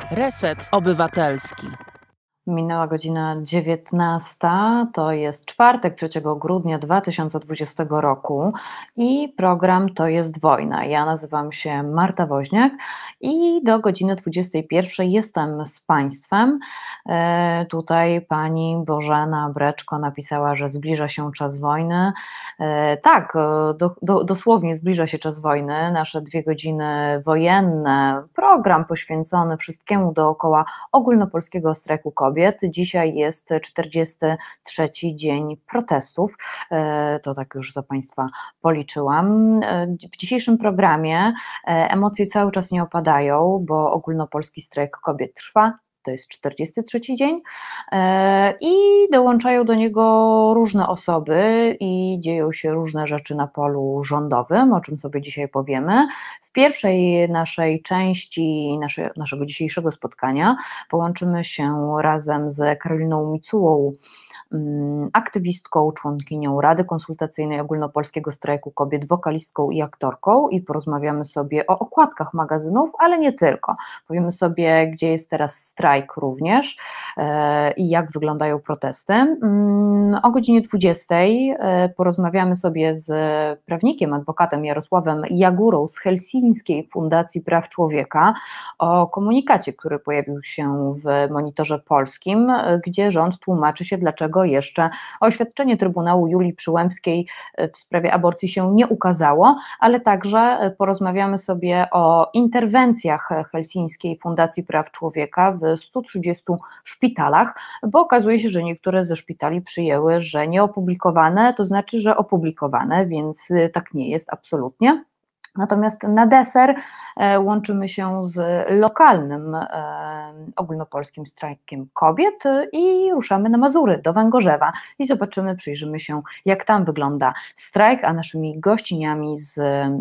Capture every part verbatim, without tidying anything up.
Reset Obywatelski. Minęła godzina dziewiętnasta, to jest czwartek, trzeciego grudnia dwa tysiące dwudziestego roku i program To jest wojna. Ja nazywam się Marta Woźniak i do godziny dwudziestej pierwszej jestem z Państwem. E, tutaj pani Bożena Breczko napisała, że zbliża się czas wojny. E, tak, do, do, dosłownie zbliża się czas wojny, nasze dwie godziny wojenne, program poświęcony wszystkiemu dookoła ogólnopolskiego strajku kobiet. Dzisiaj jest czterdziesty trzeci dzień protestów, to tak już za Państwa policzyłam. W dzisiejszym programie emocje cały czas nie opadają, bo ogólnopolski strajk kobiet trwa. To jest czterdziesty trzeci dzień i dołączają do niego różne osoby i dzieją się różne rzeczy na polu rządowym, o czym sobie dzisiaj powiemy. W pierwszej naszej części nasze, naszego dzisiejszego spotkania połączymy się razem z Karoliną Micułą, aktywistką, członkinią Rady Konsultacyjnej Ogólnopolskiego Strajku Kobiet, wokalistką i aktorką i porozmawiamy sobie o okładkach magazynów, ale nie tylko. Powiemy sobie, gdzie jest teraz strajk również e, i jak wyglądają protesty. Mm, o godzinie dwudziestej e, porozmawiamy sobie z prawnikiem, adwokatem Jarosławem Jagurą z Helsińskiej Fundacji Praw Człowieka o komunikacie, który pojawił się w Monitorze Polskim, e, gdzie rząd tłumaczy się, dlaczego jeszcze oświadczenie Trybunału Julii Przyłębskiej w sprawie aborcji się nie ukazało, ale także porozmawiamy sobie o interwencjach Helsińskiej Fundacji Praw Człowieka w stu trzydziestu szpitalach, bo okazuje się, że niektóre ze szpitali przyjęły, że nieopublikowane, to znaczy, że opublikowane, więc tak nie jest absolutnie. Natomiast na deser łączymy się z lokalnym e, ogólnopolskim strajkiem kobiet i ruszamy na Mazury, do Węgorzewa i zobaczymy, przyjrzymy się, jak tam wygląda strajk, a naszymi gościniami z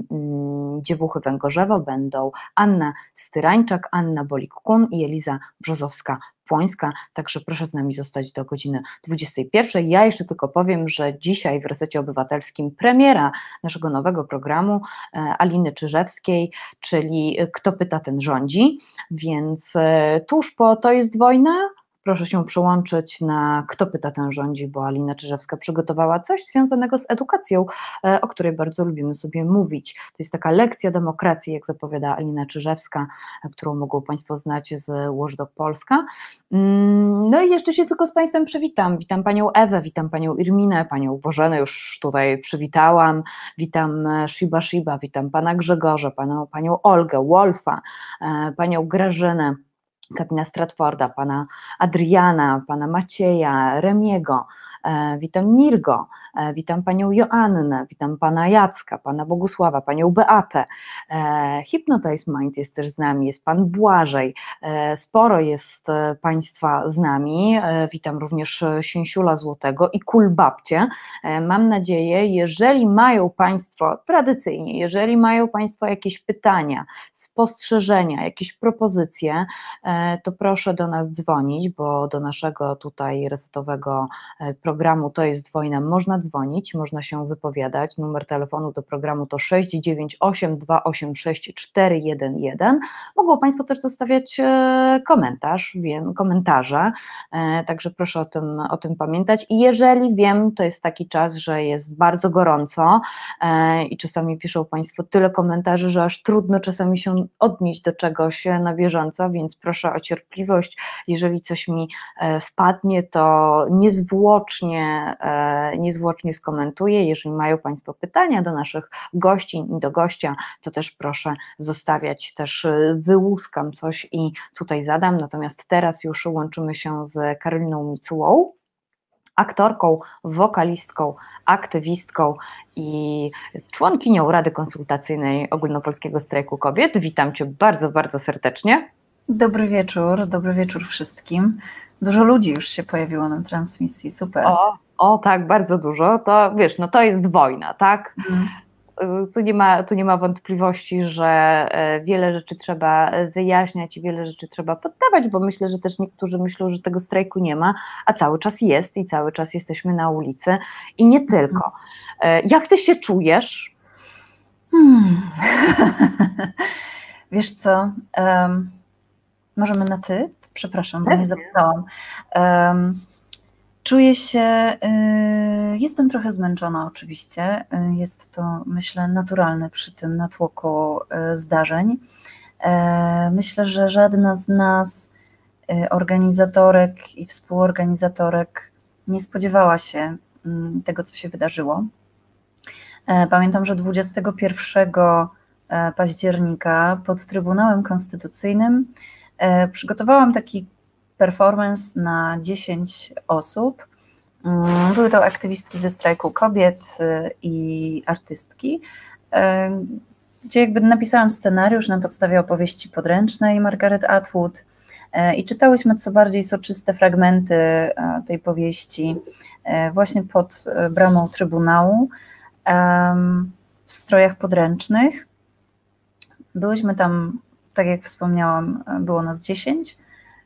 mm, Dziewuchy Węgorzewa będą Anna Styrańczak, Anna Bolik-Kun i Eliza Brzozowska-Płońska, także proszę z nami zostać do godziny dwudziestej pierwszej. Ja jeszcze tylko powiem, że dzisiaj w Resecie Obywatelskim premiera naszego nowego programu Aliny Czyżewskiej, czyli Kto pyta, ten rządzi, więc tuż po To jest wojna proszę się przyłączyć na Kto pyta, ten rządzi, bo Alina Czyżewska przygotowała coś związanego z edukacją, o której bardzo lubimy sobie mówić. To jest taka lekcja demokracji, jak zapowiada Alina Czyżewska, którą mogą Państwo znać z Watchdog Polska. No i jeszcze się tylko z Państwem przywitam. Witam Panią Ewę, witam Panią Irminę, Panią Bożenę już tutaj przywitałam, witam Shiba Shiba, witam Pana Grzegorza, Panią, Panią Olgę, Wolfa, Panią Grażynę, Kamila Stratforda, Pana Adriana, Pana Macieja, Remiego, e, witam Mirgo, e, witam Panią Joannę, witam Pana Jacka, Pana Bogusława, Panią Beatę, e, Hypnotize Mind jest też z nami, jest Pan Błażej, e, sporo jest e, Państwa z nami, e, witam również Sięsiula Złotego i Kulbabcie. E, mam nadzieję, jeżeli mają Państwo, tradycyjnie, jeżeli mają Państwo jakieś pytania, spostrzeżenia, jakieś propozycje, e, to proszę do nas dzwonić, bo do naszego tutaj resetowego programu To jest wojna można dzwonić, można się wypowiadać. Numer telefonu do programu to sześć dziewięć osiem dwa osiem sześć cztery jeden jeden. Mogą Państwo też zostawiać komentarz, wiem, komentarze, także proszę o tym, o tym pamiętać. I jeżeli wiem, to jest taki czas, że jest bardzo gorąco i czasami piszą Państwo tyle komentarzy, że aż trudno czasami się odnieść do czegoś na bieżąco, więc proszę o cierpliwość, jeżeli coś mi wpadnie, to niezwłocznie, niezwłocznie skomentuję. Jeżeli mają Państwo pytania do naszych gościń i do gościa, to też proszę zostawiać, też wyłuskam coś i tutaj zadam, natomiast teraz już łączymy się z Karoliną Micułą, aktorką, wokalistką, aktywistką i członkinią Rady Konsultacyjnej Ogólnopolskiego Strajku Kobiet. Witam Cię bardzo, bardzo serdecznie. Dobry wieczór, dobry wieczór wszystkim. Dużo ludzi już się pojawiło na transmisji, super. O, o tak, bardzo dużo. To wiesz, no to jest wojna, tak? Mm. Tu nie ma, tu nie ma wątpliwości, że wiele rzeczy trzeba wyjaśniać i wiele rzeczy trzeba poddawać, bo myślę, że też niektórzy myślą, że tego strajku nie ma, a cały czas jest i cały czas jesteśmy na ulicy i nie tylko. Jak Ty się czujesz? Hmm. Wiesz co, um, możemy na ty? Przepraszam, bo nie zapytałam. Um, czuję się, y, jestem trochę zmęczona oczywiście, y, jest to, myślę, naturalne przy tym natłoku y, zdarzeń. Y, myślę, że żadna z nas, y, organizatorek i współorganizatorek, nie spodziewała się y, tego, co się wydarzyło. Y, pamiętam, że dwudziestego pierwszego października pod Trybunałem Konstytucyjnym przygotowałam taki performance na dziesięć osób. Były to aktywistki ze strajku kobiet i artystki, gdzie jakby napisałam scenariusz na podstawie opowieści podręcznej Margaret Atwood i czytałyśmy co bardziej soczyste fragmenty tej powieści właśnie pod bramą Trybunału w strojach podręcznych. Byłyśmy tam, tak jak wspomniałam, było nas dziesięć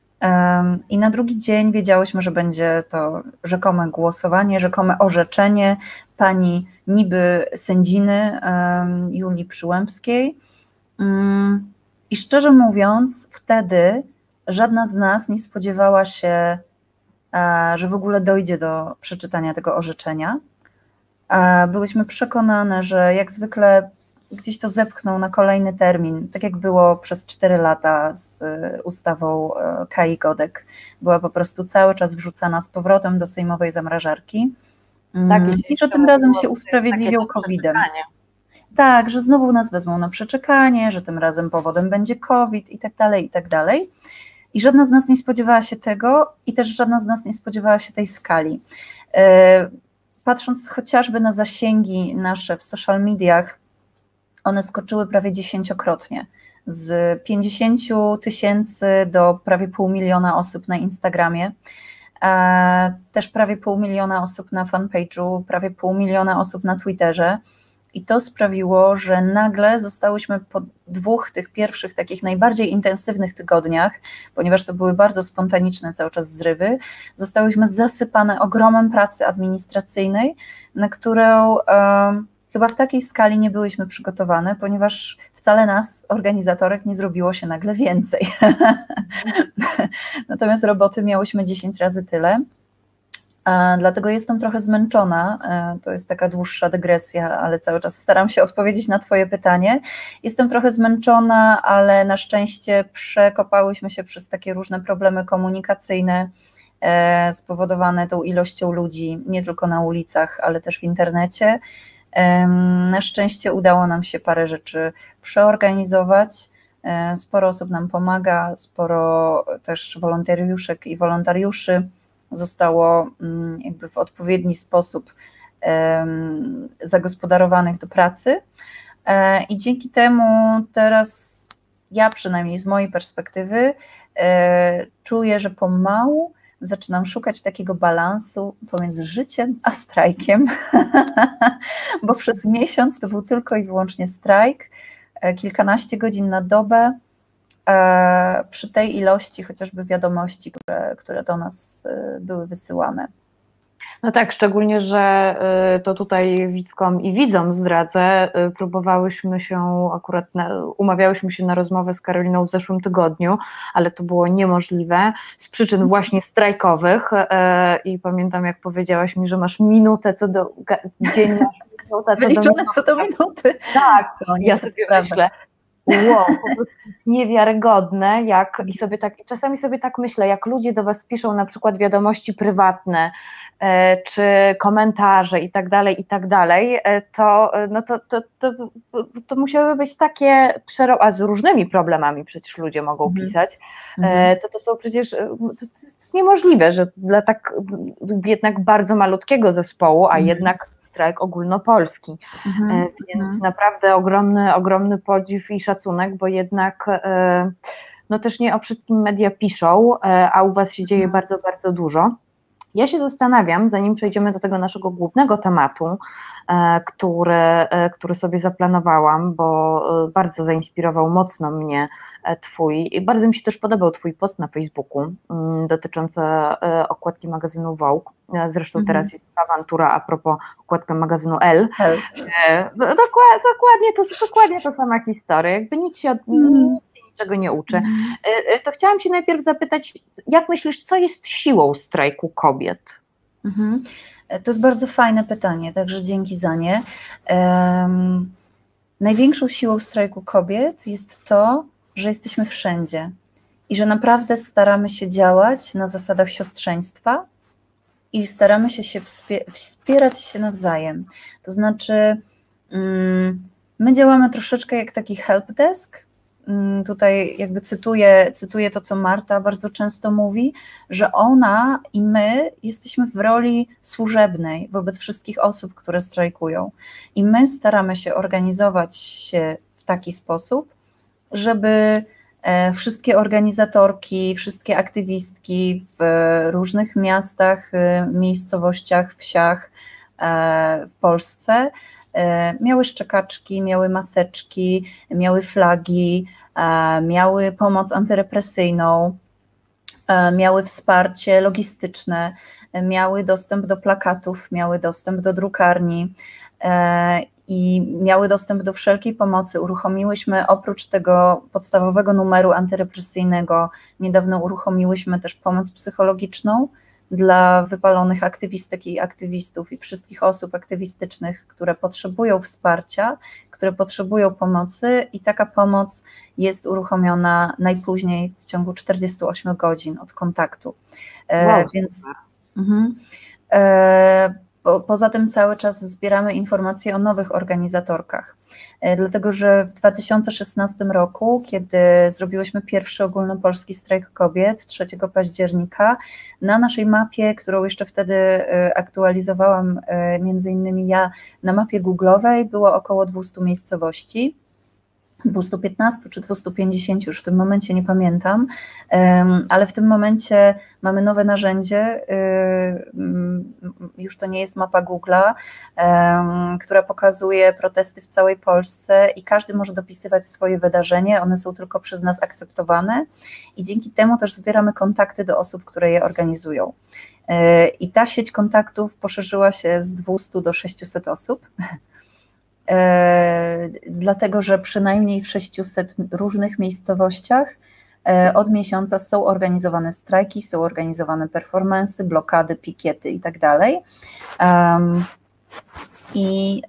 i na drugi dzień wiedziałyśmy, że będzie to rzekome głosowanie, rzekome orzeczenie pani niby sędziny Julii Przyłębskiej i szczerze mówiąc wtedy żadna z nas nie spodziewała się, że w ogóle dojdzie do przeczytania tego orzeczenia. Byłyśmy przekonane, że jak zwykle gdzieś to zepchną na kolejny termin, tak jak było przez cztery lata z ustawą Kai Godek. Była po prostu cały czas wrzucana z powrotem do sejmowej zamrażarki. Tak, i że tym razem się usprawiedliwią kowidem. Tak, że znowu nas wezmą na przeczekanie, że tym razem powodem będzie COVID i tak dalej, i tak dalej. I żadna z nas nie spodziewała się tego i też żadna z nas nie spodziewała się tej skali. Patrząc chociażby na zasięgi nasze w social mediach, one skoczyły prawie dziesięciokrotnie, z pięćdziesięciu tysięcy do prawie pół miliona osób na Instagramie, też prawie pół miliona osób na fanpage'u, prawie pół miliona osób na Twitterze i to sprawiło, że nagle zostałyśmy po dwóch tych pierwszych takich najbardziej intensywnych tygodniach, ponieważ to były bardzo spontaniczne cały czas zrywy, zostałyśmy zasypane ogromem pracy administracyjnej, na którą um, chyba w takiej skali nie byłyśmy przygotowane, ponieważ wcale nas, organizatorek, nie zrobiło się nagle więcej. Natomiast roboty miałyśmy dziesięć razy tyle. Dlatego jestem trochę zmęczona, to jest taka dłuższa dygresja, ale cały czas staram się odpowiedzieć na twoje pytanie. Jestem trochę zmęczona, ale na szczęście przekopałyśmy się przez takie różne problemy komunikacyjne spowodowane tą ilością ludzi, nie tylko na ulicach, ale też w internecie. Na szczęście udało nam się parę rzeczy przeorganizować, sporo osób nam pomaga, sporo też wolontariuszek i wolontariuszy zostało jakby w odpowiedni sposób zagospodarowanych do pracy i dzięki temu teraz ja przynajmniej z mojej perspektywy czuję, że pomału zaczynam szukać takiego balansu pomiędzy życiem a strajkiem, bo przez miesiąc to był tylko i wyłącznie strajk, kilkanaście godzin na dobę, przy tej ilości chociażby wiadomości, które, które do nas były wysyłane. No tak, szczególnie, że to tutaj widzkom i widzom zdradzę, próbowałyśmy się akurat, na, umawiałyśmy się na rozmowę z Karoliną w zeszłym tygodniu, ale to było niemożliwe z przyczyn właśnie strajkowych i pamiętam, jak powiedziałaś mi, że masz minutę co do, dzień masz minutę co Wyliczone do minuty. co do minuty. Tak, to ja sobie prawda. myślę, wow, po prostu jest niewiarygodne, jak i sobie tak, czasami sobie tak myślę, jak ludzie do was piszą na przykład wiadomości prywatne, czy komentarze i tak dalej, i tak dalej, to, no to, to, to, to musiały być takie przero... a z różnymi problemami przecież ludzie mogą mm. pisać, mm. to to są przecież, to jest niemożliwe, że dla tak jednak bardzo malutkiego zespołu, a mm. jednak strajk ogólnopolski, mm. więc mm. naprawdę ogromny, ogromny podziw i szacunek, bo jednak no też nie o wszystkim media piszą, a u was się dzieje mm. bardzo, bardzo dużo. Ja się zastanawiam, zanim przejdziemy do tego naszego głównego tematu, który, który sobie zaplanowałam, bo bardzo zainspirował mocno mnie twój, i bardzo mi się też podobał twój post na Facebooku dotyczący okładki magazynu Vogue. Zresztą mhm. teraz jest awantura a propos okładki magazynu Elle. Dokładnie, dokładnie, to, dokładnie to sama historia. Jakby nikt się od, mm. niczego nie uczy. Mhm. To chciałam się najpierw zapytać, jak myślisz, co jest siłą strajku kobiet? Mhm. To jest bardzo fajne pytanie, także dzięki za nie. Um, największą siłą strajku kobiet jest to, że jesteśmy wszędzie i że naprawdę staramy się działać na zasadach siostrzeństwa i staramy się, się wspierać się nawzajem. To znaczy um, my działamy troszeczkę jak taki helpdesk. Tutaj jakby cytuję, cytuję to, co Marta bardzo często mówi, że ona i my jesteśmy w roli służebnej wobec wszystkich osób, które strajkują. I my staramy się organizować się w taki sposób, żeby wszystkie organizatorki, wszystkie aktywistki w różnych miastach, miejscowościach, wsiach w Polsce miały szczekaczki, miały maseczki, miały flagi, miały pomoc antyrepresyjną, miały wsparcie logistyczne, miały dostęp do plakatów, miały dostęp do drukarni i miały dostęp do wszelkiej pomocy. Uruchomiłyśmy oprócz tego podstawowego numeru antyrepresyjnego, niedawno uruchomiłyśmy też pomoc psychologiczną dla wypalonych aktywistek i aktywistów i wszystkich osób aktywistycznych, które potrzebują wsparcia, które potrzebują pomocy i taka pomoc jest uruchomiona najpóźniej w ciągu czterdziestu ośmiu godzin od kontaktu. Wow, Więc mhm. e, po, poza tym cały czas zbieramy informacje o nowych organizatorkach, dlatego że w dwa tysiące szesnastym roku, kiedy zrobiłyśmy pierwszy ogólnopolski strajk kobiet trzeciego października, na naszej mapie, którą jeszcze wtedy aktualizowałam między innymi ja, na mapie googlowej było około dwieście miejscowości, dwieście piętnaście czy dwieście pięćdziesiąt, już w tym momencie nie pamiętam, ale w tym momencie mamy nowe narzędzie, już to nie jest mapa Google'a, która pokazuje protesty w całej Polsce i każdy może dopisywać swoje wydarzenie, one są tylko przez nas akceptowane i dzięki temu też zbieramy kontakty do osób, które je organizują. I ta sieć kontaktów poszerzyła się z dwustu do sześciuset osób. Dlatego, że przynajmniej w sześciuset różnych miejscowościach od miesiąca są organizowane strajki, są organizowane performance'y, blokady, pikiety i tak dalej. I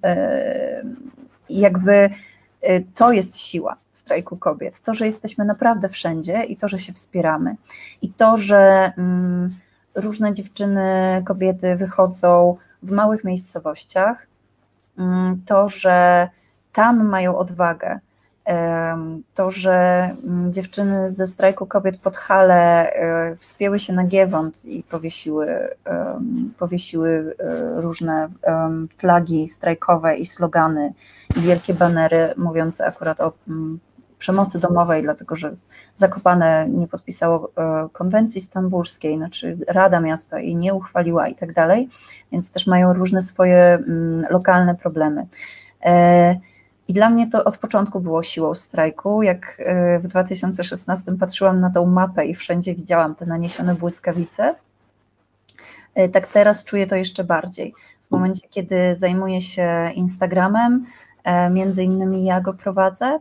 jakby to jest siła strajku kobiet, to, że jesteśmy naprawdę wszędzie i to, że się wspieramy i to, że różne dziewczyny, kobiety wychodzą w małych miejscowościach, to, że tam mają odwagę, to, że dziewczyny ze strajku kobiet pod Hale wspięły się na Giewont i powiesiły, powiesiły różne flagi strajkowe i slogany i wielkie banery mówiące akurat o przemocy domowej, dlatego że Zakopane nie podpisało konwencji stambulskiej, znaczy Rada Miasta jej nie uchwaliła i tak dalej, więc też mają różne swoje lokalne problemy. I dla mnie to od początku było siłą strajku, jak w dwa tysiące szesnastym patrzyłam na tą mapę i wszędzie widziałam te naniesione błyskawice, tak teraz czuję to jeszcze bardziej. W momencie, kiedy zajmuję się Instagramem, między innymi ja go prowadzę,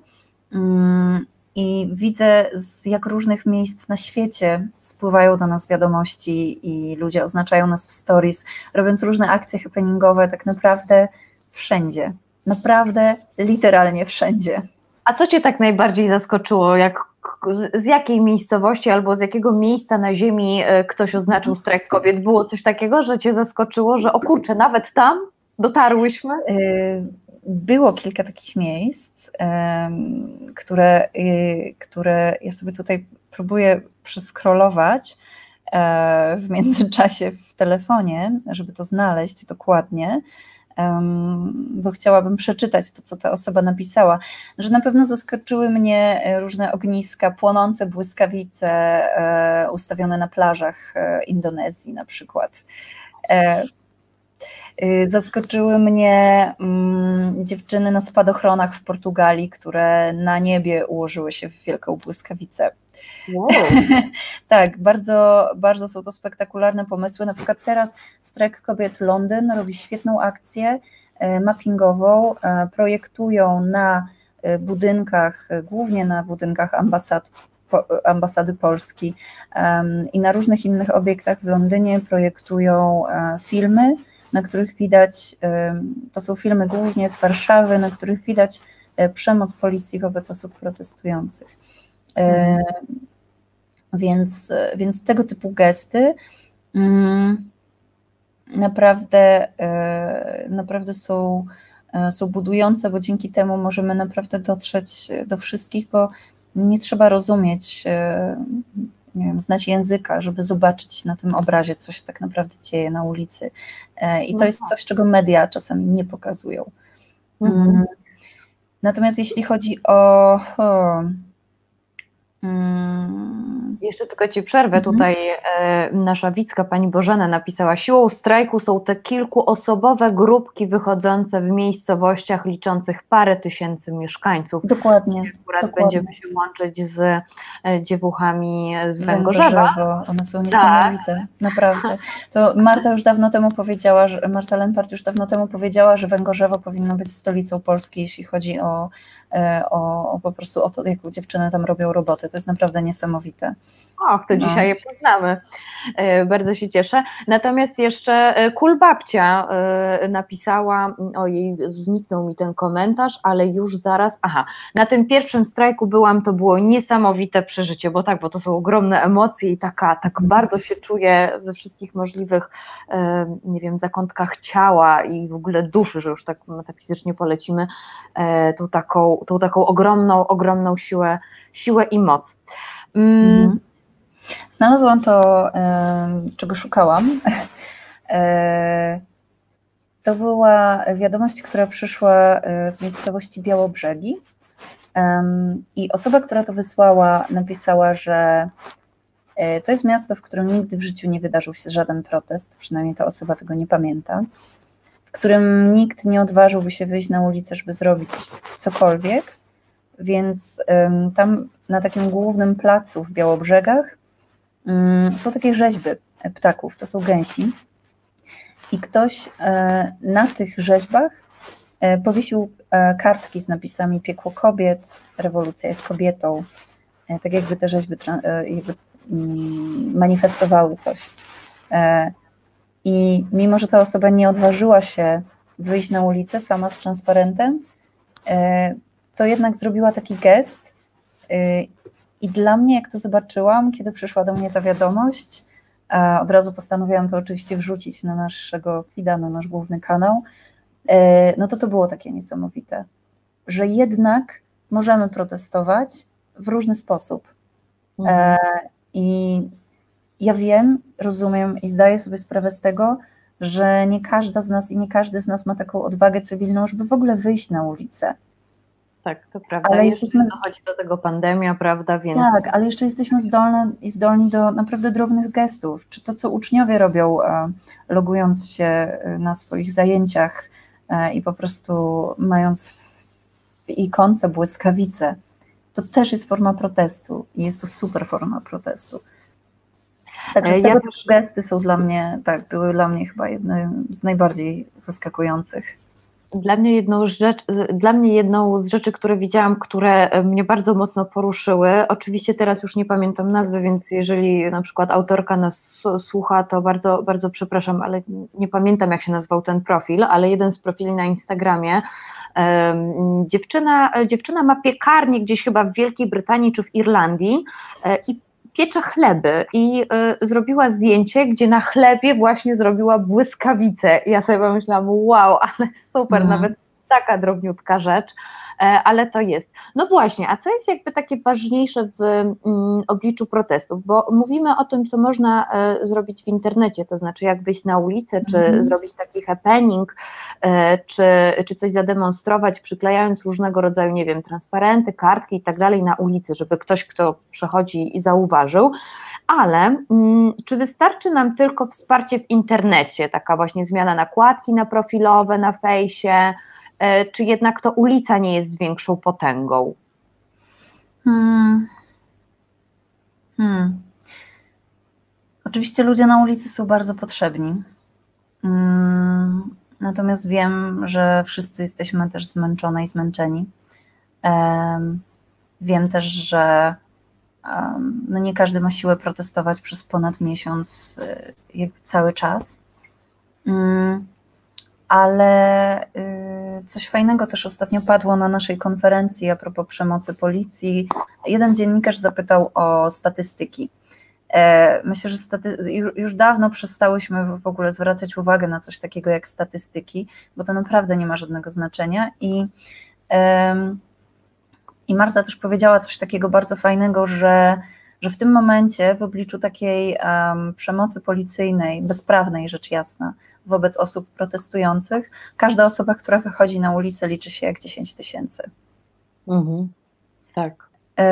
i widzę, z jak różnych miejsc na świecie spływają do nas wiadomości i ludzie oznaczają nas w stories, robiąc różne akcje happeningowe, tak naprawdę wszędzie, naprawdę literalnie wszędzie. A co Cię tak najbardziej zaskoczyło, jak, z, z jakiej miejscowości albo z jakiego miejsca na ziemi ktoś oznaczył strajk kobiet? Było coś takiego, że Cię zaskoczyło, że o kurczę, nawet tam dotarłyśmy? Było kilka takich miejsc, które, które ja sobie tutaj próbuję przeskrolować w międzyczasie w telefonie, żeby to znaleźć dokładnie, bo chciałabym przeczytać to, co ta osoba napisała, że na pewno zaskoczyły mnie różne ogniska, płonące błyskawice ustawione na plażach Indonezji na przykład. Zaskoczyły mnie um, dziewczyny na spadochronach w Portugalii, które na niebie ułożyły się w wielką błyskawicę. Wow. Tak, bardzo, bardzo są to spektakularne pomysły. Na przykład teraz Strajk Kobiet Londyn robi świetną akcję mappingową, projektują na budynkach, głównie na budynkach ambasad, ambasady Polski i na różnych innych obiektach w Londynie projektują filmy, na których widać, to są filmy głównie z Warszawy, na których widać przemoc policji wobec osób protestujących. Mhm. Więc, więc tego typu gesty naprawdę, naprawdę są, są budujące, bo dzięki temu możemy naprawdę dotrzeć do wszystkich, bo nie trzeba rozumieć, nie wiem, znać języka, żeby zobaczyć na tym obrazie, co się tak naprawdę dzieje na ulicy. I to jest coś, czego media czasami nie pokazują. Mhm. Natomiast jeśli chodzi o... o Hmm. Jeszcze tylko Ci przerwę, mhm. Tutaj e, nasza widzka pani Bożena napisała: siłą strajku są te kilkuosobowe grupki wychodzące w miejscowościach liczących parę tysięcy mieszkańców. Dokładnie. Akurat dokładnie. Będziemy się łączyć z e, dziewuchami z Węgorzewa. Węgorzewo. One są niesamowite, tak. Naprawdę. To Marta już dawno temu powiedziała, że Marta Lempart już dawno temu powiedziała, że Węgorzewo powinno być stolicą Polski, jeśli chodzi o, o, o po prostu o to, jaką dziewczyny tam robią roboty. To jest naprawdę niesamowite. Och, to no. Dzisiaj je poznamy. Bardzo się cieszę. Natomiast jeszcze Kulbabcia napisała, ojej, zniknął mi ten komentarz, ale już zaraz, aha, na tym pierwszym strajku byłam, to było niesamowite przeżycie, bo tak, bo to są ogromne emocje i taka, tak bardzo się czuję we wszystkich możliwych, nie wiem, zakątkach ciała i w ogóle duszy, że już tak metafizycznie polecimy, tą taką, tą taką ogromną, ogromną siłę, siłę i moc. Mhm. Znalazłam to, czego szukałam. To była wiadomość, która przyszła z miejscowości Białobrzegi i osoba, która to wysłała, napisała, że to jest miasto, w którym nigdy w życiu nie wydarzył się żaden protest, przynajmniej ta osoba tego nie pamięta, w którym nikt nie odważyłby się wyjść na ulicę, żeby zrobić cokolwiek, więc tam na takim głównym placu w Białobrzegach są takie rzeźby ptaków, to są gęsi i ktoś na tych rzeźbach powiesił kartki z napisami piekło kobiet, rewolucja jest kobietą, tak jakby te rzeźby jakby manifestowały coś. I mimo, że ta osoba nie odważyła się wyjść na ulicę sama z transparentem, to jednak zrobiła taki gest i dla mnie, jak to zobaczyłam, kiedy przyszła do mnie ta wiadomość, od razu postanowiłam to oczywiście wrzucić na naszego feeda, na nasz główny kanał, no to to było takie niesamowite, że jednak możemy protestować w różny sposób. Mhm. I ja wiem, rozumiem i zdaję sobie sprawę z tego, że nie każda z nas i nie każdy z nas ma taką odwagę cywilną, żeby w ogóle wyjść na ulicę. Tak, to prawda. Ale jeszcze jesteśmy... dochodzi do tego pandemia, prawda, więc... Tak, ale jeszcze jesteśmy zdolne i zdolni do naprawdę drobnych gestów. Czy to, co uczniowie robią, logując się na swoich zajęciach i po prostu mając w ikonce błyskawice, to też jest forma protestu i jest to super forma protestu. Także ja tego też... gesty są dla mnie, tak, były dla mnie chyba jedne z najbardziej zaskakujących. Dla mnie, jedną rzecz, dla mnie jedną z rzeczy, które widziałam, które mnie bardzo mocno poruszyły, oczywiście teraz już nie pamiętam nazwy, więc jeżeli na przykład autorka nas słucha, to bardzo, bardzo przepraszam, ale nie pamiętam, jak się nazywał ten profil, ale jeden z profili na Instagramie, um, dziewczyna, dziewczyna ma piekarnię gdzieś chyba w Wielkiej Brytanii czy w Irlandii i piecze chleby i y, zrobiła zdjęcie, gdzie na chlebie właśnie zrobiła błyskawicę. Ja sobie pomyślałam, wow, ale super, mhm. Nawet taka drobniutka rzecz, e, ale to jest. No właśnie, a co jest jakby takie ważniejsze w mm, obliczu protestów? Bo mówimy o tym, co można e, zrobić w internecie, to znaczy jak wyjść na ulicę, czy mhm. zrobić taki happening, e, czy, czy coś zademonstrować, przyklejając różnego rodzaju, nie wiem, transparenty, kartki i tak dalej na ulicy, żeby ktoś, kto przechodzi, zauważył. Ale mm, czy wystarczy nam tylko wsparcie w internecie, taka właśnie zmiana nakładki na profilowe, na fejsie, y, czy jednak to ulica nie jest większą potęgą? Hmm. Hmm. Oczywiście ludzie na ulicy są bardzo potrzebni, hmm. natomiast wiem, że wszyscy jesteśmy też zmęczone i zmęczeni Wiem też, że no nie każdy ma siłę protestować przez ponad miesiąc, jakby cały czas. Ale coś fajnego też ostatnio padło na naszej konferencji a propos przemocy policji. Jeden dziennikarz zapytał o statystyki. Myślę, że staty- już dawno przestałyśmy w ogóle zwracać uwagę na coś takiego jak statystyki, bo to naprawdę nie ma żadnego znaczenia. I, i Marta też powiedziała coś takiego bardzo fajnego, że, że w tym momencie w obliczu takiej um, przemocy policyjnej, bezprawnej rzecz jasna, wobec osób protestujących, każda osoba, która wychodzi na ulicę, liczy się jak dziesięć tysięcy. Mhm. Tak.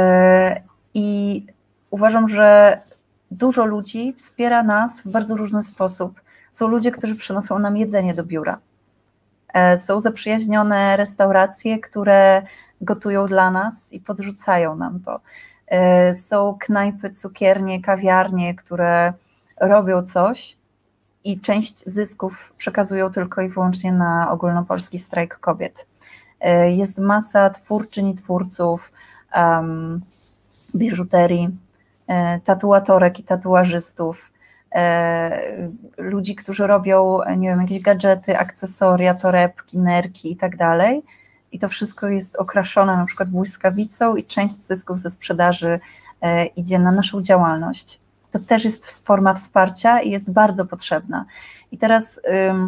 I uważam, że dużo ludzi wspiera nas w bardzo różny sposób. Są ludzie, którzy przynoszą nam jedzenie do biura. Są zaprzyjaźnione restauracje, które gotują dla nas i podrzucają nam to. Są knajpy, cukiernie, kawiarnie, które robią coś i część zysków przekazują tylko i wyłącznie na ogólnopolski strajk kobiet. Jest masa twórczyń i twórców um, biżuterii, tatuatorek i tatuażystów, ludzi, którzy robią, nie wiem, jakieś gadżety, akcesoria, torebki, nerki i tak dalej. I to wszystko jest okraszone na przykład błyskawicą i część zysków ze sprzedaży idzie na naszą działalność. To też jest forma wsparcia i jest bardzo potrzebna. I teraz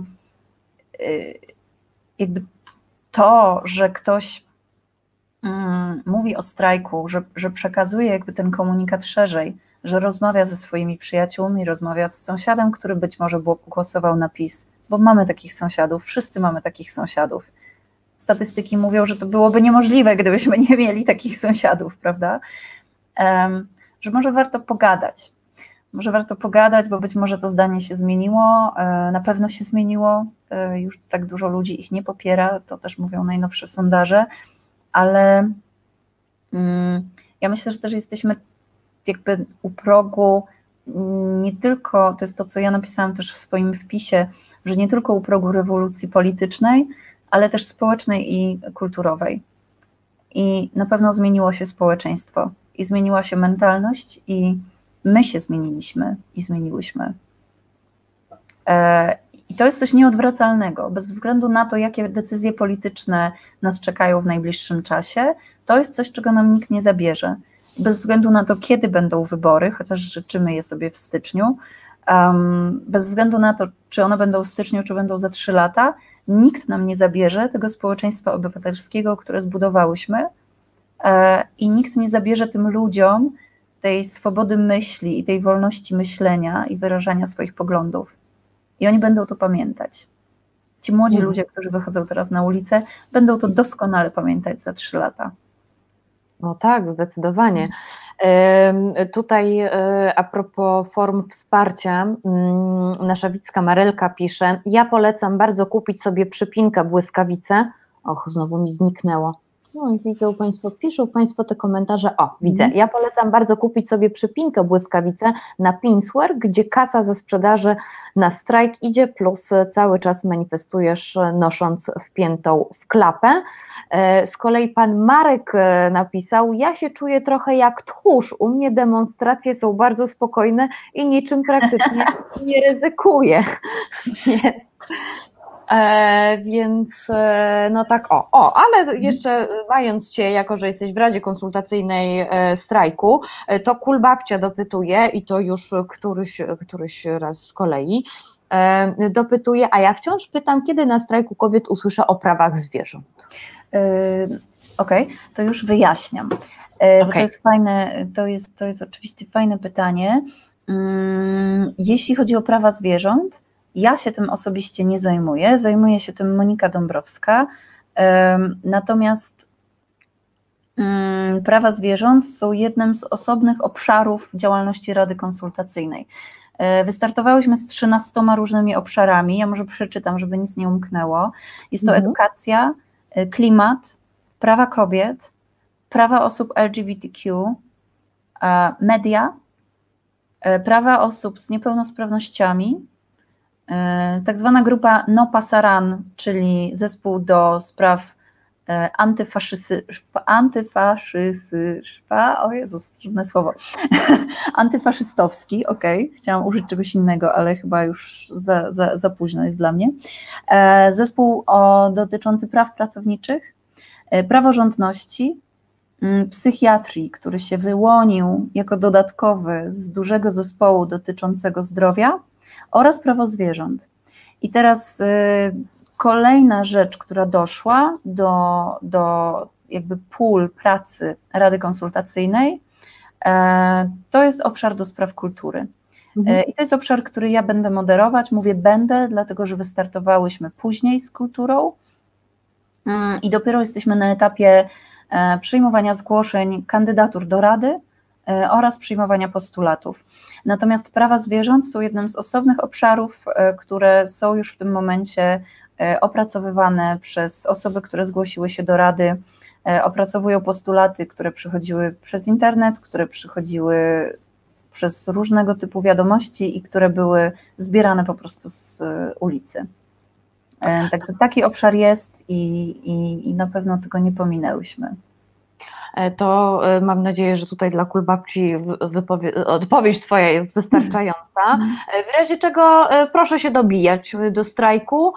jakby to, że ktoś mówi o strajku, że, że przekazuje jakby ten komunikat szerzej, że rozmawia ze swoimi przyjaciółmi, rozmawia z sąsiadem, który być może głosował na PiS, bo mamy takich sąsiadów, wszyscy mamy takich sąsiadów. Statystyki mówią, że to byłoby niemożliwe, gdybyśmy nie mieli takich sąsiadów, prawda? Um, że może warto pogadać. Może warto pogadać, bo być może to zdanie się zmieniło, na pewno się zmieniło, już tak dużo ludzi ich nie popiera, to też mówią najnowsze sondaże, ale ja myślę, że też jesteśmy jakby u progu nie tylko, to jest to, co ja napisałam też w swoim wpisie, że nie tylko u progu rewolucji politycznej, ale też społecznej i kulturowej. I na pewno zmieniło się społeczeństwo i zmieniła się mentalność i my się zmieniliśmy i zmieniłyśmy. I to jest coś nieodwracalnego, bez względu na to, jakie decyzje polityczne nas czekają w najbliższym czasie, to jest coś, czego nam nikt nie zabierze. Bez względu na to, kiedy będą wybory, chociaż życzymy je sobie w styczniu, um, bez względu na to, czy one będą w styczniu, czy będą za trzy lata, nikt nam nie zabierze tego społeczeństwa obywatelskiego, które zbudowałyśmy e, i nikt nie zabierze tym ludziom tej swobody myśli i tej wolności myślenia i wyrażania swoich poglądów. I oni będą to pamiętać. Ci młodzi mhm. ludzie, którzy wychodzą teraz na ulicę, będą to doskonale pamiętać za trzy lata. No tak, zdecydowanie. Tutaj a propos form wsparcia, nasza widzka Marelka pisze: ja polecam bardzo kupić sobie przypinkę błyskawice. Och, znowu mi zniknęło. No i widzą Państwo, piszą Państwo te komentarze. O, widzę. Ja polecam bardzo kupić sobie przypinkę błyskawice na Pinsware, gdzie kasa ze sprzedaży na strajk idzie, plus cały czas manifestujesz nosząc wpiętą w klapę. Z kolei pan Marek napisał: ja się czuję trochę jak tchórz, u mnie demonstracje są bardzo spokojne i niczym praktycznie nie ryzykuję. E, więc e, no tak o, o, ale jeszcze mając Cię, jako że jesteś w Radzie Konsultacyjnej e, strajku, e, to Kulbabcia dopytuje i to już któryś, któryś raz z kolei e, dopytuje, a ja wciąż pytam, kiedy na strajku kobiet usłyszę o prawach zwierząt. Yy, Okej, okay, to już wyjaśniam, yy, okay. bo to jest fajne, to jest, to jest oczywiście fajne pytanie. Yy, jeśli chodzi o prawa zwierząt, ja się tym osobiście nie zajmuję, zajmuje się tym Monika Dąbrowska, natomiast prawa zwierząt są jednym z osobnych obszarów działalności Rady Konsultacyjnej. Wystartowałyśmy z trzynastoma różnymi obszarami, ja może przeczytam, żeby nic nie umknęło. Jest to mhm. edukacja, klimat, prawa kobiet, prawa osób L G B T Q, media, prawa osób z niepełnosprawnościami, tak zwana grupa No Pasaran, czyli zespół do spraw antyfaszysy, antyfaszysty, o Jezus, trudne słowo, antyfaszystowski, okej, okay. Chciałam użyć czegoś innego, ale chyba już za, za, za późno jest dla mnie. Zespół o, dotyczący praw pracowniczych, praworządności, psychiatrii, który się wyłonił jako dodatkowy z dużego zespołu dotyczącego zdrowia oraz prawo zwierząt. I teraz y, kolejna rzecz, która doszła do, do jakby pól pracy Rady Konsultacyjnej, e, to jest obszar do spraw kultury. Mhm. E, I to jest obszar, który ja będę moderować. Mówię będę, dlatego że wystartowałyśmy później z kulturą mm, i dopiero jesteśmy na etapie e, przyjmowania zgłoszeń kandydatur do Rady e, oraz przyjmowania postulatów. Natomiast prawa zwierząt są jednym z osobnych obszarów, które są już w tym momencie opracowywane przez osoby, które zgłosiły się do Rady, opracowują postulaty, które przychodziły przez internet, które przychodziły przez różnego typu wiadomości i które były zbierane po prostu z ulicy. Także taki obszar jest i, i, i na pewno tego nie pominęłyśmy. To mam nadzieję, że tutaj dla Kulbabci odpowiedź Twoja jest wystarczająca. W razie czego proszę się dobijać do strajku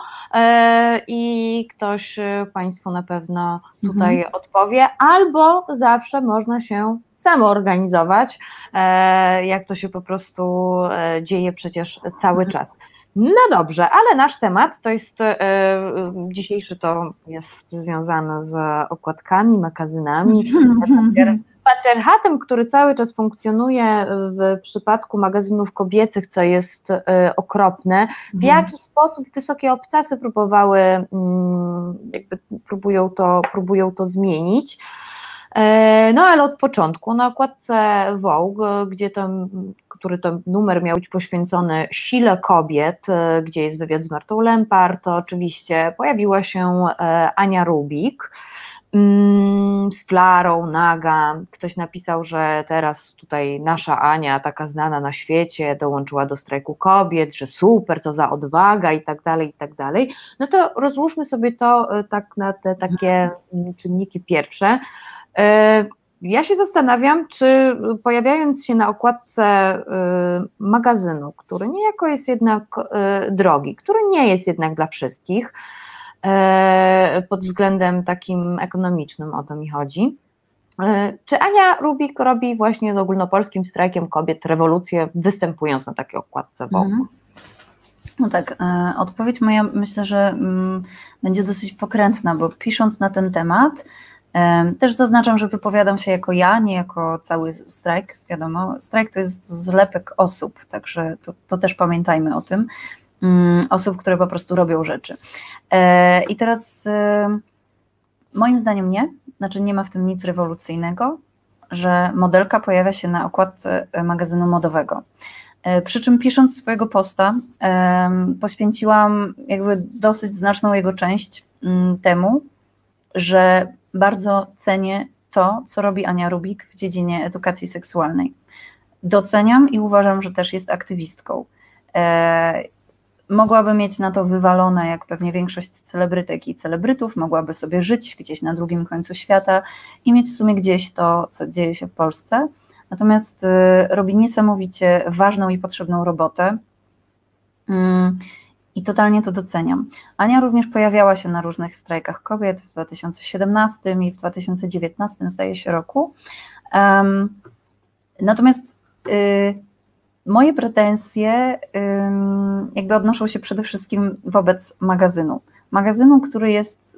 i ktoś Państwu na pewno tutaj mhm. odpowie, albo zawsze można się samoorganizować, jak to się po prostu dzieje przecież cały czas. No dobrze, ale nasz temat to jest, yy, dzisiejszy to jest związany z okładkami, magazynami, patriarchatem, który cały czas funkcjonuje w przypadku magazynów kobiecych, co jest yy, okropne. W jaki sposób wysokie obcasy próbowały, yy, jakby próbują to, próbują to zmienić. No ale od początku, na okładce Vogue, gdzie to, który to numer miał być poświęcony sile kobiet, gdzie jest wywiad z Martą Lempart, to oczywiście pojawiła się Ania Rubik z flarą, naga. Ktoś napisał, że teraz tutaj nasza Ania, taka znana na świecie, dołączyła do strajku kobiet, że super, to za odwaga i tak dalej, i tak dalej. No to rozłóżmy sobie to tak na te takie czynniki pierwsze. Ja się zastanawiam, czy pojawiając się na okładce magazynu, który niejako jest jednak drogi, który nie jest jednak dla wszystkich, pod względem takim ekonomicznym, o to mi chodzi, czy Ania Rubik robi właśnie z ogólnopolskim strajkiem kobiet rewolucję, występując na takiej okładce Vogue? Mhm. No tak, odpowiedź moja myślę, że będzie dosyć pokrętna, bo pisząc na ten temat, też zaznaczam, że wypowiadam się jako ja, nie jako cały strajk, wiadomo, strajk to jest zlepek osób, także to, to też pamiętajmy o tym, osób, które po prostu robią rzeczy. I teraz moim zdaniem nie, znaczy nie ma w tym nic rewolucyjnego, że modelka pojawia się na okładce magazynu modowego. Przy czym pisząc swojego posta poświęciłam jakby dosyć znaczną jego część temu, że bardzo cenię to, co robi Ania Rubik w dziedzinie edukacji seksualnej. Doceniam i uważam, że też jest aktywistką. E, mogłaby mieć na to wywalone, jak pewnie większość celebrytek i celebrytów, mogłaby sobie żyć gdzieś na drugim końcu świata i mieć w sumie gdzieś to, co dzieje się w Polsce. Natomiast e, robi niesamowicie ważną i potrzebną robotę. Mm. I totalnie to doceniam. Ania również pojawiała się na różnych strajkach kobiet w dwa tysiące siedemnastym i w dwa tysiące dziewiętnastym, zdaje się, roku. Um, natomiast y, moje pretensje y, jakby odnoszą się przede wszystkim wobec magazynu. Magazynu, który jest y,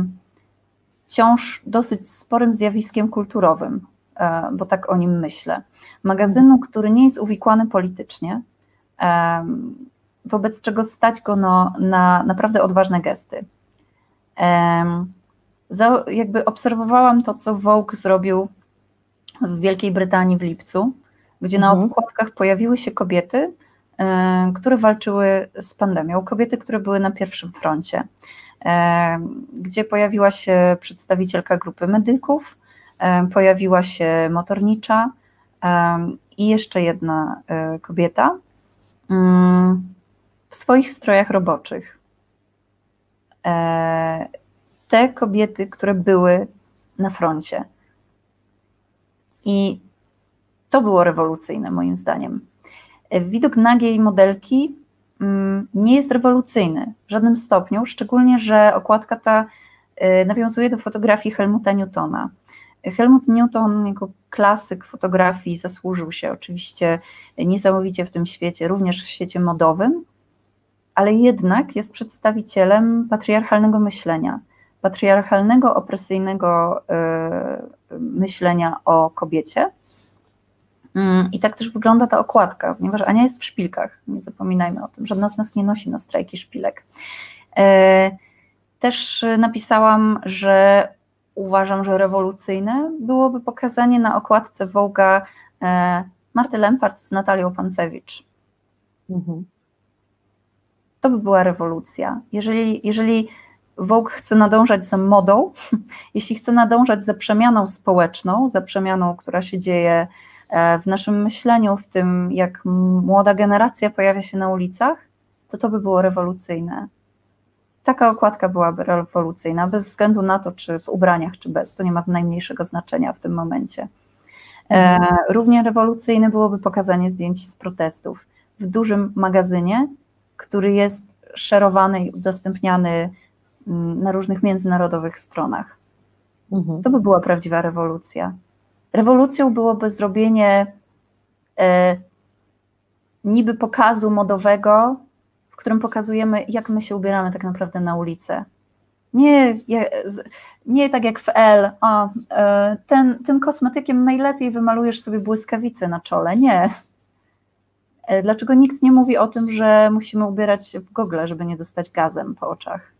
wciąż dosyć sporym zjawiskiem kulturowym, y, bo tak o nim myślę. Magazynu, który nie jest uwikłany politycznie, y, wobec czego stać go no, na naprawdę odważne gesty. Um, za, jakby obserwowałam to, co Vogue zrobił w Wielkiej Brytanii w lipcu, gdzie mhm. na okładkach pojawiły się kobiety, um, które walczyły z pandemią, kobiety, które były na pierwszym froncie, um, gdzie pojawiła się przedstawicielka grupy medyków, um, pojawiła się motornicza um, i jeszcze jedna um, kobieta, um, w swoich strojach roboczych. te kobiety, które były na froncie. I to było rewolucyjne moim zdaniem. Widok nagiej modelki nie jest rewolucyjny w żadnym stopniu, szczególnie, że okładka ta nawiązuje do fotografii Helmuta Newtona. Helmut Newton jako klasyk fotografii zasłużył się oczywiście niesamowicie w tym świecie, również w świecie modowym, ale jednak jest przedstawicielem patriarchalnego myślenia, patriarchalnego, opresyjnego myślenia o kobiecie. I tak też wygląda ta okładka, ponieważ Ania jest w szpilkach, nie zapominajmy o tym, żadna z nas nie nosi na strajki szpilek. Też napisałam, że uważam, że rewolucyjne byłoby pokazanie na okładce Vogue'a Marty Lempart z Natalią Pancewicz. Mhm. To by była rewolucja. Jeżeli, jeżeli Vogue chce nadążać za modą, jeśli chce nadążać za przemianą społeczną, za przemianą, która się dzieje w naszym myśleniu, w tym jak młoda generacja pojawia się na ulicach, to to by było rewolucyjne. Taka okładka byłaby rewolucyjna, bez względu na to, czy w ubraniach, czy bez, to nie ma najmniejszego znaczenia w tym momencie. E, równie rewolucyjne byłoby pokazanie zdjęć z protestów w dużym magazynie, który jest szerowany i udostępniany na różnych międzynarodowych stronach. Mhm. To by była prawdziwa rewolucja. Rewolucją byłoby zrobienie e, niby pokazu modowego, w którym pokazujemy, jak my się ubieramy tak naprawdę na ulicę. Nie, nie tak jak w Elle, o, ten, tym kosmetykiem najlepiej wymalujesz sobie błyskawice na czole. Nie. Dlaczego nikt nie mówi o tym, że musimy ubierać się w gogle, żeby nie dostać gazem po oczach?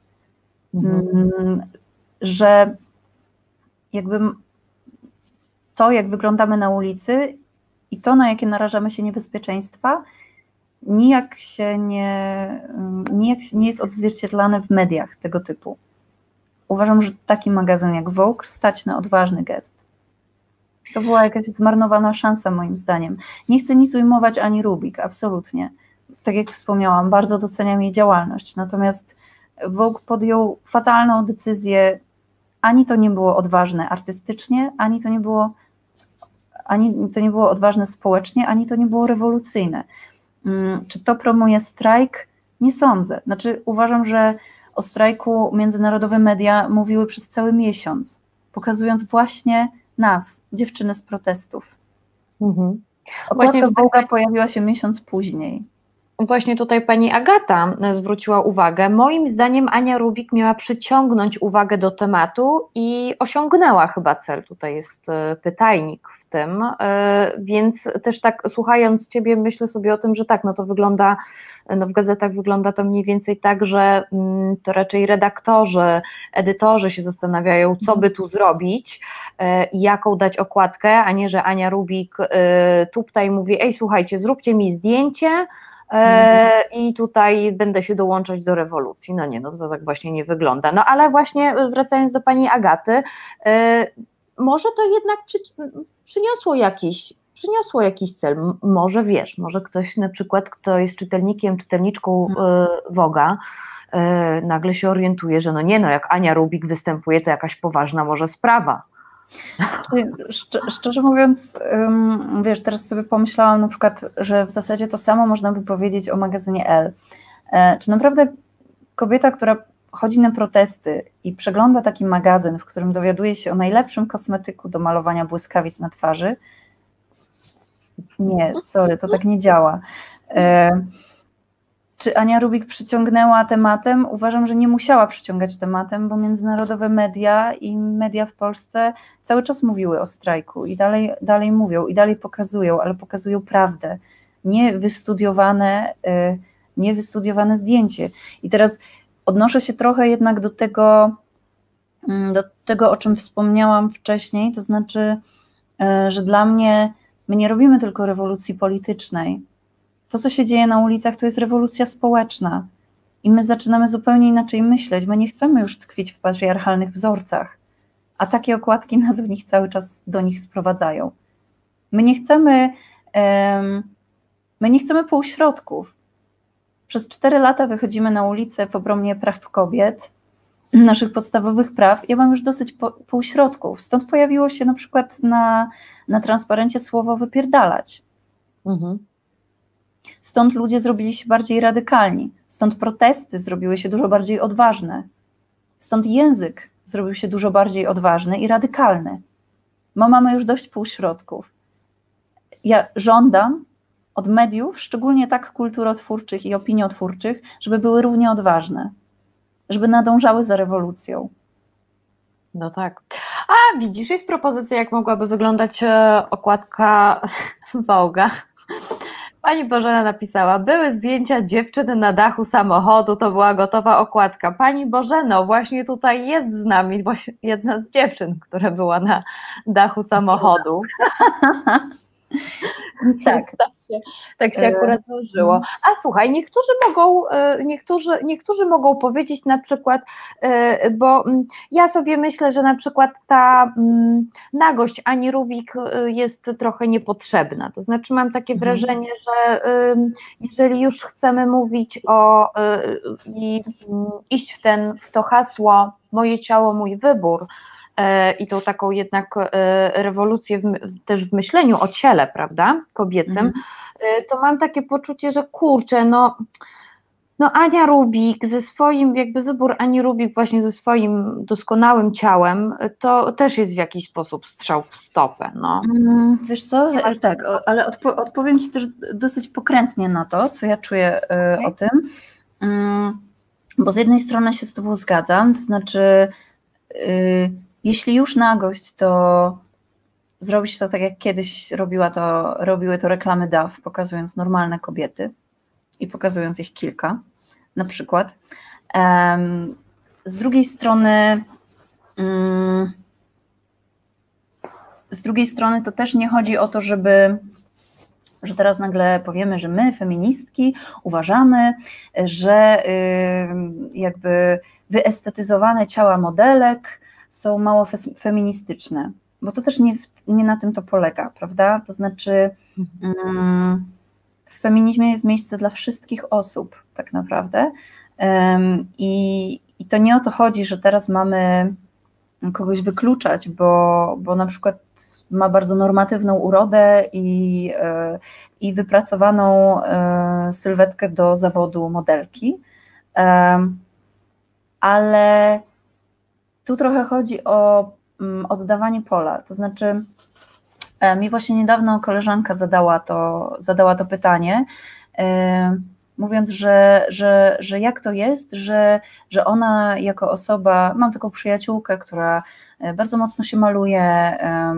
Mhm. Że jakby to, jak wyglądamy na ulicy i to, na jakie narażamy się niebezpieczeństwa, nijak się nie, nijak nie jest odzwierciedlane w mediach tego typu. Uważam, że taki magazyn jak Vogue stać na odważny gest. To była jakaś zmarnowana szansa moim zdaniem. Nie chcę nic ujmować Ani Rubik, absolutnie. Tak jak wspomniałam, bardzo doceniam jej działalność, natomiast Vogue podjął fatalną decyzję. Ani to nie było odważne artystycznie, ani to nie było, ani to nie było odważne społecznie, ani to nie było rewolucyjne. Czy to promuje strajk? Nie sądzę. Znaczy uważam, że o strajku międzynarodowe media mówiły przez cały miesiąc, pokazując właśnie nas, dziewczyny z protestów. Mhm. Okładka Vogue'a pojawiła się miesiąc później. Właśnie tutaj pani Agata zwróciła uwagę. Moim zdaniem Ania Rubik miała przyciągnąć uwagę do tematu i osiągnęła chyba cel. Tutaj jest pytajnik w tym, więc też tak słuchając ciebie myślę sobie o tym, że tak, no to wygląda, no w gazetach wygląda to mniej więcej tak, że to raczej redaktorzy, edytorzy się zastanawiają, co by tu zrobić i jaką dać okładkę, a nie, że Ania Rubik tutaj mówi, ej słuchajcie, zróbcie mi zdjęcie, i tutaj będę się dołączać do rewolucji. No nie, no to tak właśnie nie wygląda. No ale właśnie wracając do pani Agaty, może to jednak przy, przyniosło jakiś, przyniosło jakiś cel. Może wiesz, może ktoś na przykład, kto jest czytelnikiem, czytelniczką Vogue'a, nagle się orientuje, że no nie, no jak Ania Rubik występuje, to jakaś poważna może sprawa. Szcz- szczerze mówiąc, wiesz, teraz sobie pomyślałam na przykład, że w zasadzie to samo można by powiedzieć o magazynie Elle. Czy naprawdę kobieta, która chodzi na protesty i przegląda taki magazyn, w którym dowiaduje się o najlepszym kosmetyku do malowania błyskawic na twarzy? Nie, sorry, to tak nie działa. Czy Ania Rubik przyciągnęła tematem? Uważam, że nie musiała przyciągać tematem, bo międzynarodowe media i media w Polsce cały czas mówiły o strajku i dalej, dalej mówią i dalej pokazują, ale pokazują prawdę, nie wystudiowane, nie wystudiowane zdjęcie. I teraz odnoszę się trochę jednak do tego, do tego, o czym wspomniałam wcześniej, to znaczy, że dla mnie my nie robimy tylko rewolucji politycznej. To, co się dzieje na ulicach, to jest rewolucja społeczna i my zaczynamy zupełnie inaczej myśleć. My nie chcemy już tkwić w patriarchalnych wzorcach, a takie okładki nas w nich cały czas do nich sprowadzają. My nie chcemy, um, my nie chcemy półśrodków. Przez cztery lata wychodzimy na ulicę w obronie praw kobiet naszych podstawowych praw, ja mam już dosyć po, półśrodków. Stąd pojawiło się na przykład na, na transparencie słowo wypierdalać. Mhm. Stąd ludzie zrobili się bardziej radykalni. Stąd protesty zrobiły się dużo bardziej odważne. Stąd język zrobił się dużo bardziej odważny i radykalny. Bo mamy już dość półśrodków. Ja żądam od mediów, szczególnie tak kulturotwórczych i opiniotwórczych, żeby były równie odważne, żeby nadążały za rewolucją. No tak. A widzisz, jest propozycja, jak mogłaby wyglądać e, okładka Vogue'a. Pani Bożena napisała, były zdjęcia dziewczyny na dachu samochodu, to była gotowa okładka. Pani Bożeno, właśnie tutaj jest z nami właśnie jedna z dziewczyn, która była na dachu samochodu. Tak. Tak się, tak się akurat złożyło. A słuchaj, niektórzy mogą, niektórzy, niektórzy mogą powiedzieć na przykład, bo ja sobie myślę, że na przykład ta nagość Ani Rubik jest trochę niepotrzebna. To znaczy mam takie wrażenie, że jeżeli już chcemy mówić o i iść w ten, w to hasło moje ciało, mój wybór, i tą taką jednak rewolucję w, też w myśleniu o ciele, prawda, kobiecym, mm. to mam takie poczucie, że kurczę, no, no Ania Rubik ze swoim, jakby wybór Ani Rubik właśnie ze swoim doskonałym ciałem, to też jest w jakiś sposób strzał w stopę, no. Mm, wiesz co, tak, ale odpo odpowiem Ci też dosyć pokrętnie na to, co ja czuję okay. o tym, mm, bo z jednej strony się z Tobą zgadzam, to znaczy yy, jeśli już nagość, to zrobić to tak, jak kiedyś robiła to, robiły to reklamy Dove, pokazując normalne kobiety i pokazując ich kilka, na przykład. Um, z drugiej strony um, z drugiej strony to też nie chodzi o to, żeby że teraz nagle powiemy, że my, feministki, uważamy, że y, jakby wyestetyzowane ciała modelek są mało feministyczne, bo to też nie, nie na tym to polega, prawda? To znaczy um, w feminizmie jest miejsce dla wszystkich osób tak naprawdę um, i, i to nie o to chodzi, że teraz mamy kogoś wykluczać, bo, bo na przykład ma bardzo normatywną urodę i, i wypracowaną sylwetkę do zawodu modelki, ale tu trochę chodzi o oddawanie pola, to znaczy mi właśnie niedawno koleżanka zadała to, zadała to pytanie, mówiąc, że, że, że jak to jest, że, że ona jako osoba, mam taką przyjaciółkę, która bardzo mocno się maluje,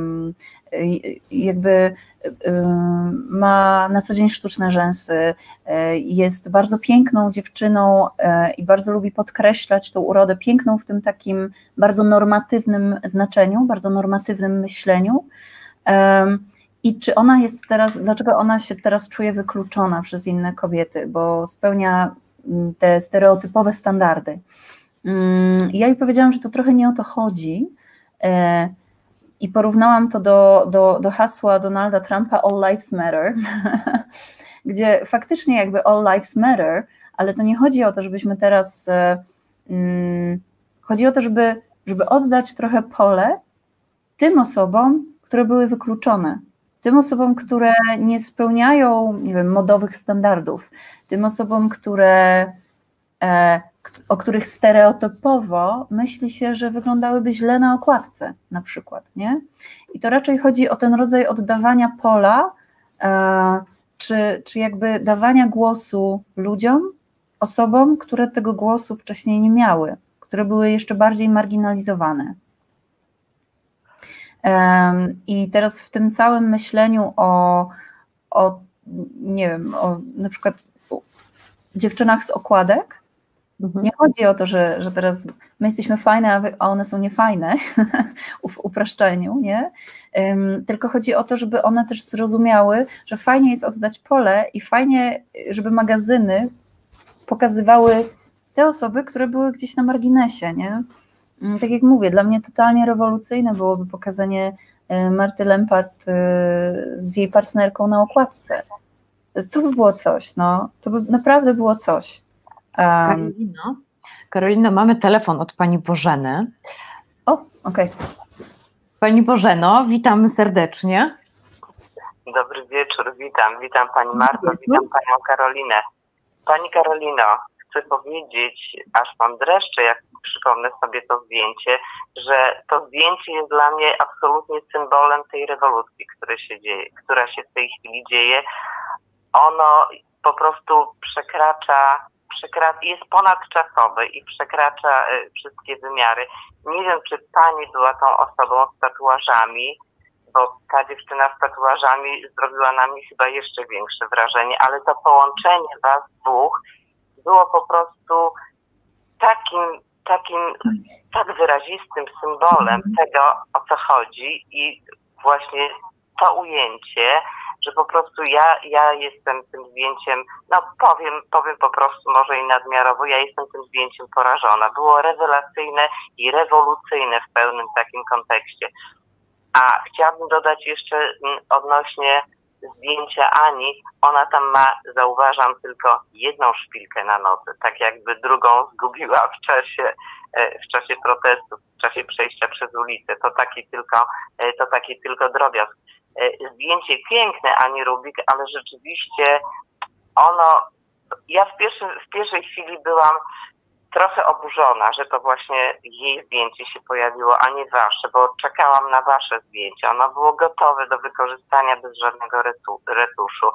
jakby ma na co dzień sztuczne rzęsy, jest bardzo piękną dziewczyną i bardzo lubi podkreślać tą urodę piękną w tym takim bardzo normatywnym znaczeniu, bardzo normatywnym myśleniu. I czy ona jest teraz, dlaczego ona się teraz czuje wykluczona przez inne kobiety, bo spełnia te stereotypowe standardy. I ja jej powiedziałam, że to trochę nie o to chodzi i porównałam to do, do, do hasła Donalda Trumpa All Lives Matter, gdzie faktycznie jakby All Lives Matter, ale to nie chodzi o to, żebyśmy teraz, chodzi o to, żeby, żeby oddać trochę pole tym osobom, które były wykluczone, tym osobom, które nie spełniają, nie wiem, modowych standardów, tym osobom, które, e, o których stereotypowo myśli się, że wyglądałyby źle na okładce na przykład, nie? I to raczej chodzi o ten rodzaj oddawania pola, e, czy, czy jakby dawania głosu ludziom, osobom, które tego głosu wcześniej nie miały, które były jeszcze bardziej marginalizowane. I teraz w tym całym myśleniu o, o nie wiem, o na przykład dziewczynach z okładek, mhm. nie chodzi o to, że, że teraz my jesteśmy fajne, a, wy, a one są niefajne, w upraszczeniu, nie? Um, tylko chodzi o to, żeby one też zrozumiały, że fajnie jest oddać pole i fajnie, żeby magazyny pokazywały te osoby, które były gdzieś na marginesie, nie? Tak jak mówię, dla mnie totalnie rewolucyjne byłoby pokazanie Marty Lempart z jej partnerką na okładce. To by było coś, no. To by naprawdę było coś. Um, Karolino, Karolina, mamy telefon od pani Bożeny. O, okej. Okay. Pani Bożeno, witamy serdecznie. Dobry wieczór, witam. Witam Pani Marto, witam Panią Karolinę. Pani Karolino, chcę powiedzieć, aż mam dreszcze, jak przypomnę sobie to zdjęcie, że to zdjęcie jest dla mnie absolutnie symbolem tej rewolucji, która się dzieje, która się w tej chwili dzieje. Ono po prostu przekracza, przekracza jest ponadczasowe i przekracza y, wszystkie wymiary. Nie wiem, czy Pani była tą osobą z tatuażami, bo ta dziewczyna z tatuażami zrobiła na mnie chyba jeszcze większe wrażenie, ale to połączenie was dwóch było po prostu takim, takim tak wyrazistym symbolem tego, o co chodzi i właśnie to ujęcie, że po prostu ja, ja jestem tym zdjęciem, no powiem, powiem po prostu może i nadmiarowo, ja jestem tym zdjęciem porażona. Było rewelacyjne i rewolucyjne w pełnym takim kontekście. A chciałabym dodać jeszcze odnośnie zdjęcia Ani. Ona tam ma, zauważam, tylko jedną szpilkę na nodze, tak jakby drugą zgubiła w czasie, w czasie protestów, w czasie przejścia przez ulicę. To taki tylko, to taki tylko drobiazg. Zdjęcie piękne Ani Rubik, ale rzeczywiście ono, ja w, pierwszym, w pierwszej chwili byłam trochę oburzona, że to właśnie jej zdjęcie się pojawiło, a nie wasze, bo czekałam na wasze zdjęcie. Ono było gotowe do wykorzystania bez żadnego retuszu.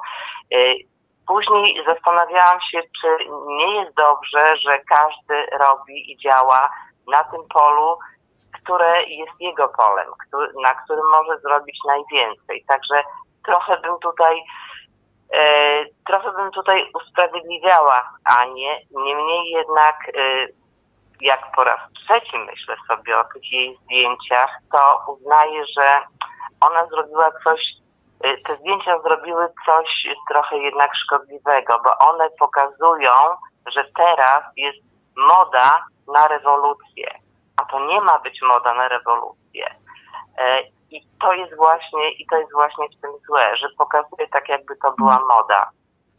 Później zastanawiałam się, czy nie jest dobrze, że każdy robi i działa na tym polu, które jest jego polem, na którym może zrobić najwięcej. Także trochę bym tutaj E, trochę bym tutaj usprawiedliwiała Anię, niemniej jednak e, jak po raz trzeci myślę sobie o tych jej zdjęciach, to uznaję, że ona zrobiła coś, e, te zdjęcia zrobiły coś trochę jednak szkodliwego, bo one pokazują, że teraz jest moda na rewolucję, a to nie ma być moda na rewolucję. E, I to jest właśnie, i to jest właśnie w tym złe, że pokazuje tak, jakby to była moda.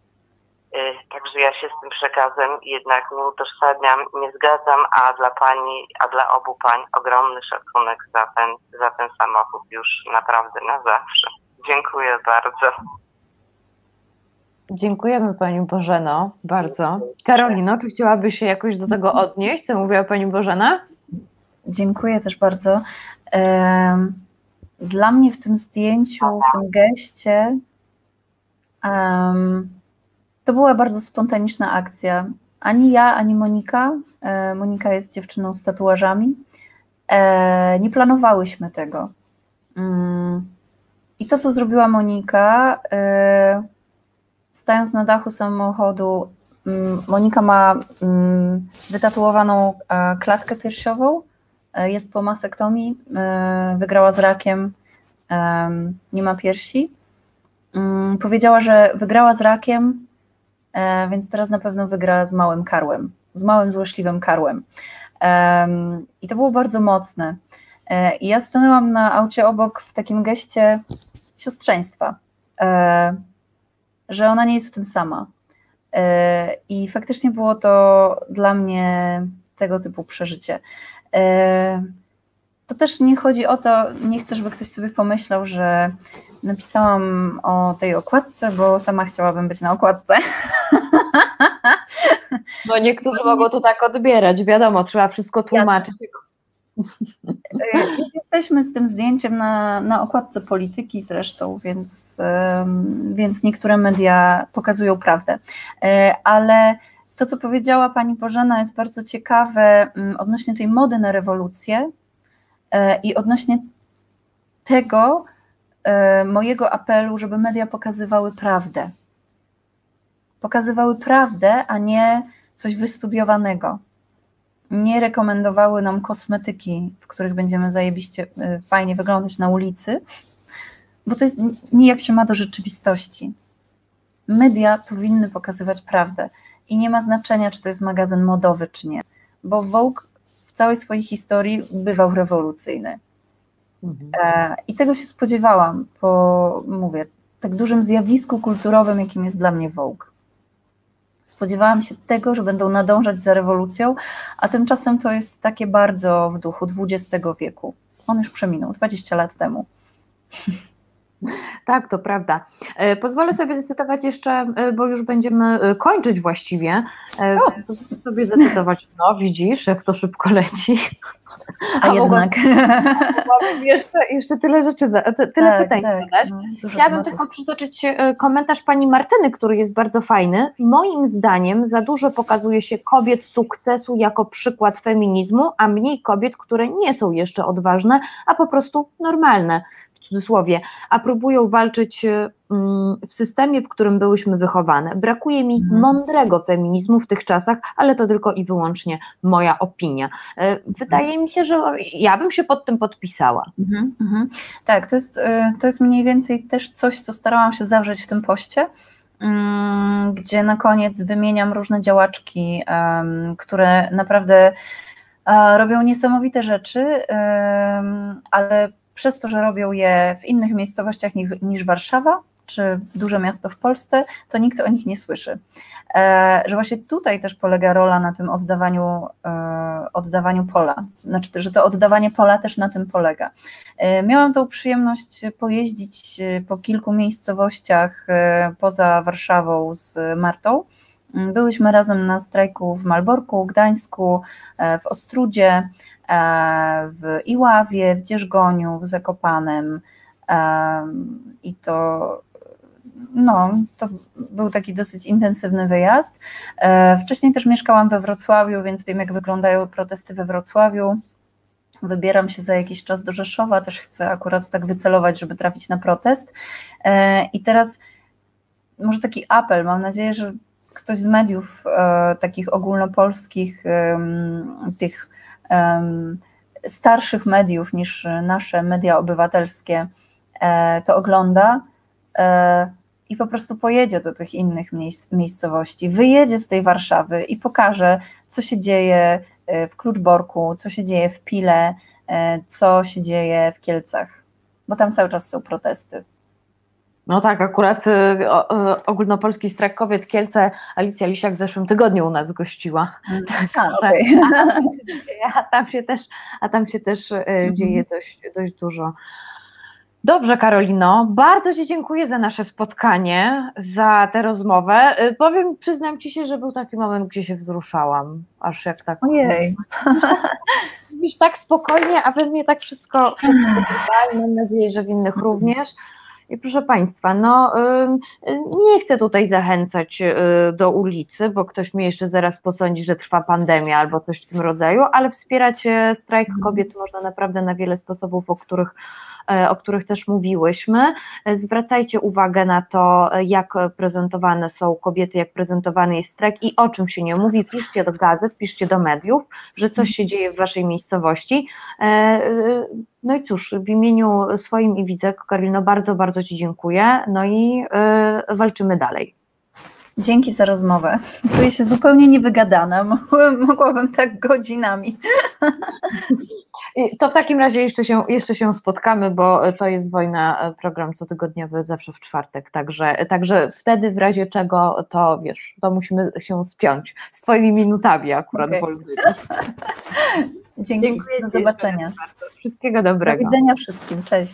Yy, także ja się z tym przekazem jednak nie utożsamiam, nie zgadzam, a dla pani, a dla obu pań ogromny szacunek za ten, za ten samochód już naprawdę na zawsze. Dziękuję bardzo. Dziękujemy pani Bożeno, bardzo. Karolino, czy chciałabyś się jakoś do tego odnieść, co mówiła pani Bożena? Dziękuję też bardzo. Dla mnie w tym zdjęciu, w tym geście um, to była bardzo spontaniczna akcja. Ani ja, ani Monika, e, Monika jest dziewczyną z tatuażami, e, nie planowałyśmy tego. Um, I to, co zrobiła Monika, e, stając na dachu samochodu, um, Monika ma um, wytatuowaną e, klatkę piersiową, jest po masektomii, wygrała z rakiem, nie ma piersi. Powiedziała, że wygrała z rakiem, więc teraz na pewno wygra z małym karłem, z małym złośliwym karłem. I to było bardzo mocne. I ja stanęłam na aucie obok w takim geście siostrzeństwa, że ona nie jest w tym sama. I faktycznie było to dla mnie tego typu przeżycie. To też nie chodzi o to, nie chcę, żeby ktoś sobie pomyślał, że napisałam o tej okładce, bo sama chciałabym być na okładce. No niektórzy mogą to tak odbierać, wiadomo, trzeba wszystko tłumaczyć. Jesteśmy z tym zdjęciem na, na okładce Polityki zresztą, więc, więc niektóre media pokazują prawdę. Ale to, co powiedziała pani Bożena, jest bardzo ciekawe odnośnie tej mody na rewolucję i odnośnie tego mojego apelu, żeby media pokazywały prawdę. Pokazywały prawdę, a nie coś wystudiowanego. Nie rekomendowały nam kosmetyki, w których będziemy zajebiście fajnie wyglądać na ulicy, bo to jest nijak się ma do rzeczywistości. Media powinny pokazywać prawdę. I nie ma znaczenia, czy to jest magazyn modowy, czy nie, bo Vogue w całej swojej historii bywał rewolucyjny. Mhm. E, I tego się spodziewałam po, mówię, tak dużym zjawisku kulturowym, jakim jest dla mnie Vogue. Spodziewałam się tego, że będą nadążać za rewolucją, a tymczasem to jest takie bardzo w duchu dwudziestego wieku. On już przeminął dwadzieścia lat temu. Tak, to prawda. Pozwolę sobie zacytować jeszcze, bo już będziemy kończyć właściwie. Pozwolę sobie zacytować, no widzisz, jak to szybko leci. A, A jednak. Mogłabym jeszcze, jeszcze tyle rzeczy, za, tyle tak, pytań tak, zadać. no, Chciałabym tylko przytoczyć komentarz pani Martyny, który jest bardzo fajny. Moim zdaniem za dużo pokazuje się kobiet sukcesu jako przykład feminizmu, a mniej kobiet, które nie są jeszcze odważne, a po prostu normalne. W cudzysłowie, a próbują walczyć w systemie, w którym byłyśmy wychowane. Brakuje mi mhm. mądrego feminizmu w tych czasach, ale to tylko i wyłącznie moja opinia. Wydaje mi się, że ja bym się pod tym podpisała. Mhm, mhm. Tak, to jest, to jest mniej więcej też coś, co starałam się zawrzeć w tym poście, gdzie na koniec wymieniam różne działaczki, które naprawdę robią niesamowite rzeczy, ale przez to, że robią je w innych miejscowościach niż, niż Warszawa, czy duże miasto w Polsce, to nikt o nich nie słyszy. E, że właśnie tutaj też polega rola na tym oddawaniu, e, oddawaniu pola, znaczy, że to oddawanie pola też na tym polega. E, miałam tą przyjemność pojeździć po kilku miejscowościach e, poza Warszawą z Martą. Byłyśmy razem na strajku w Malborku, Gdańsku, e, w Ostródzie, w Iławie, w Dzierżgoniu, w Zakopanem i to, no, to był taki dosyć intensywny wyjazd. Wcześniej też mieszkałam we Wrocławiu, więc wiem, jak wyglądają protesty we Wrocławiu. Wybieram się za jakiś czas do Rzeszowa, też chcę akurat tak wycelować, żeby trafić na protest. I teraz może taki apel, mam nadzieję, że ktoś z mediów takich ogólnopolskich, tych starszych mediów niż nasze media obywatelskie to ogląda i po prostu pojedzie do tych innych miejsc, miejscowości, wyjedzie z tej Warszawy i pokaże, co się dzieje w Kluczborku, co się dzieje w Pile, co się dzieje w Kielcach, bo tam cały czas są protesty. No tak, akurat y, o, ogólnopolski strajk kobiet Kielce Alicja Lisiak w zeszłym tygodniu u nas gościła. Mm. Tak, a, okay. a, a tam się też, a tam się też y, dzieje dość, dość dużo. Dobrze, Karolino, bardzo Ci dziękuję za nasze spotkanie, za tę rozmowę. Y, powiem, przyznam Ci się, że był taki moment, gdzie się wzruszałam, aż jak tak... Ojej. Mówisz tak spokojnie, a we mnie tak wszystko, wszystko wydaje, mam nadzieję, że w innych również. I proszę Państwa, no nie chcę tutaj zachęcać do ulicy, bo ktoś mnie jeszcze zaraz posądzi, że trwa pandemia albo coś w tym rodzaju, ale wspierać strajk kobiet można naprawdę na wiele sposobów, o których, o których też mówiłyśmy. Zwracajcie uwagę na to, jak prezentowane są kobiety, jak prezentowany jest strajk i o czym się nie mówi. Piszcie do gazet, piszcie do mediów, że coś się dzieje w Waszej miejscowości. No i cóż, w imieniu swoim i widzek, Karolino, bardzo, bardzo Ci dziękuję, no i yy, walczymy dalej. Dzięki za rozmowę. Czuję się zupełnie niewygadana, mogłabym, mogłabym tak godzinami. To w takim razie jeszcze się, jeszcze się spotkamy, bo to jest Wojna, program cotygodniowy zawsze w czwartek, także, także wtedy w razie czego to wiesz, to musimy się spiąć z Twoimi minutami akurat. Okay. Dzięki, dziękuję, do zobaczenia. Wszystkiego dobrego. Do widzenia wszystkim, cześć.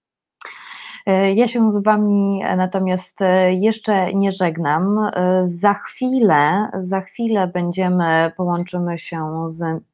Ja się z Wami natomiast jeszcze nie żegnam. Za chwilę, za chwilę będziemy, połączymy się z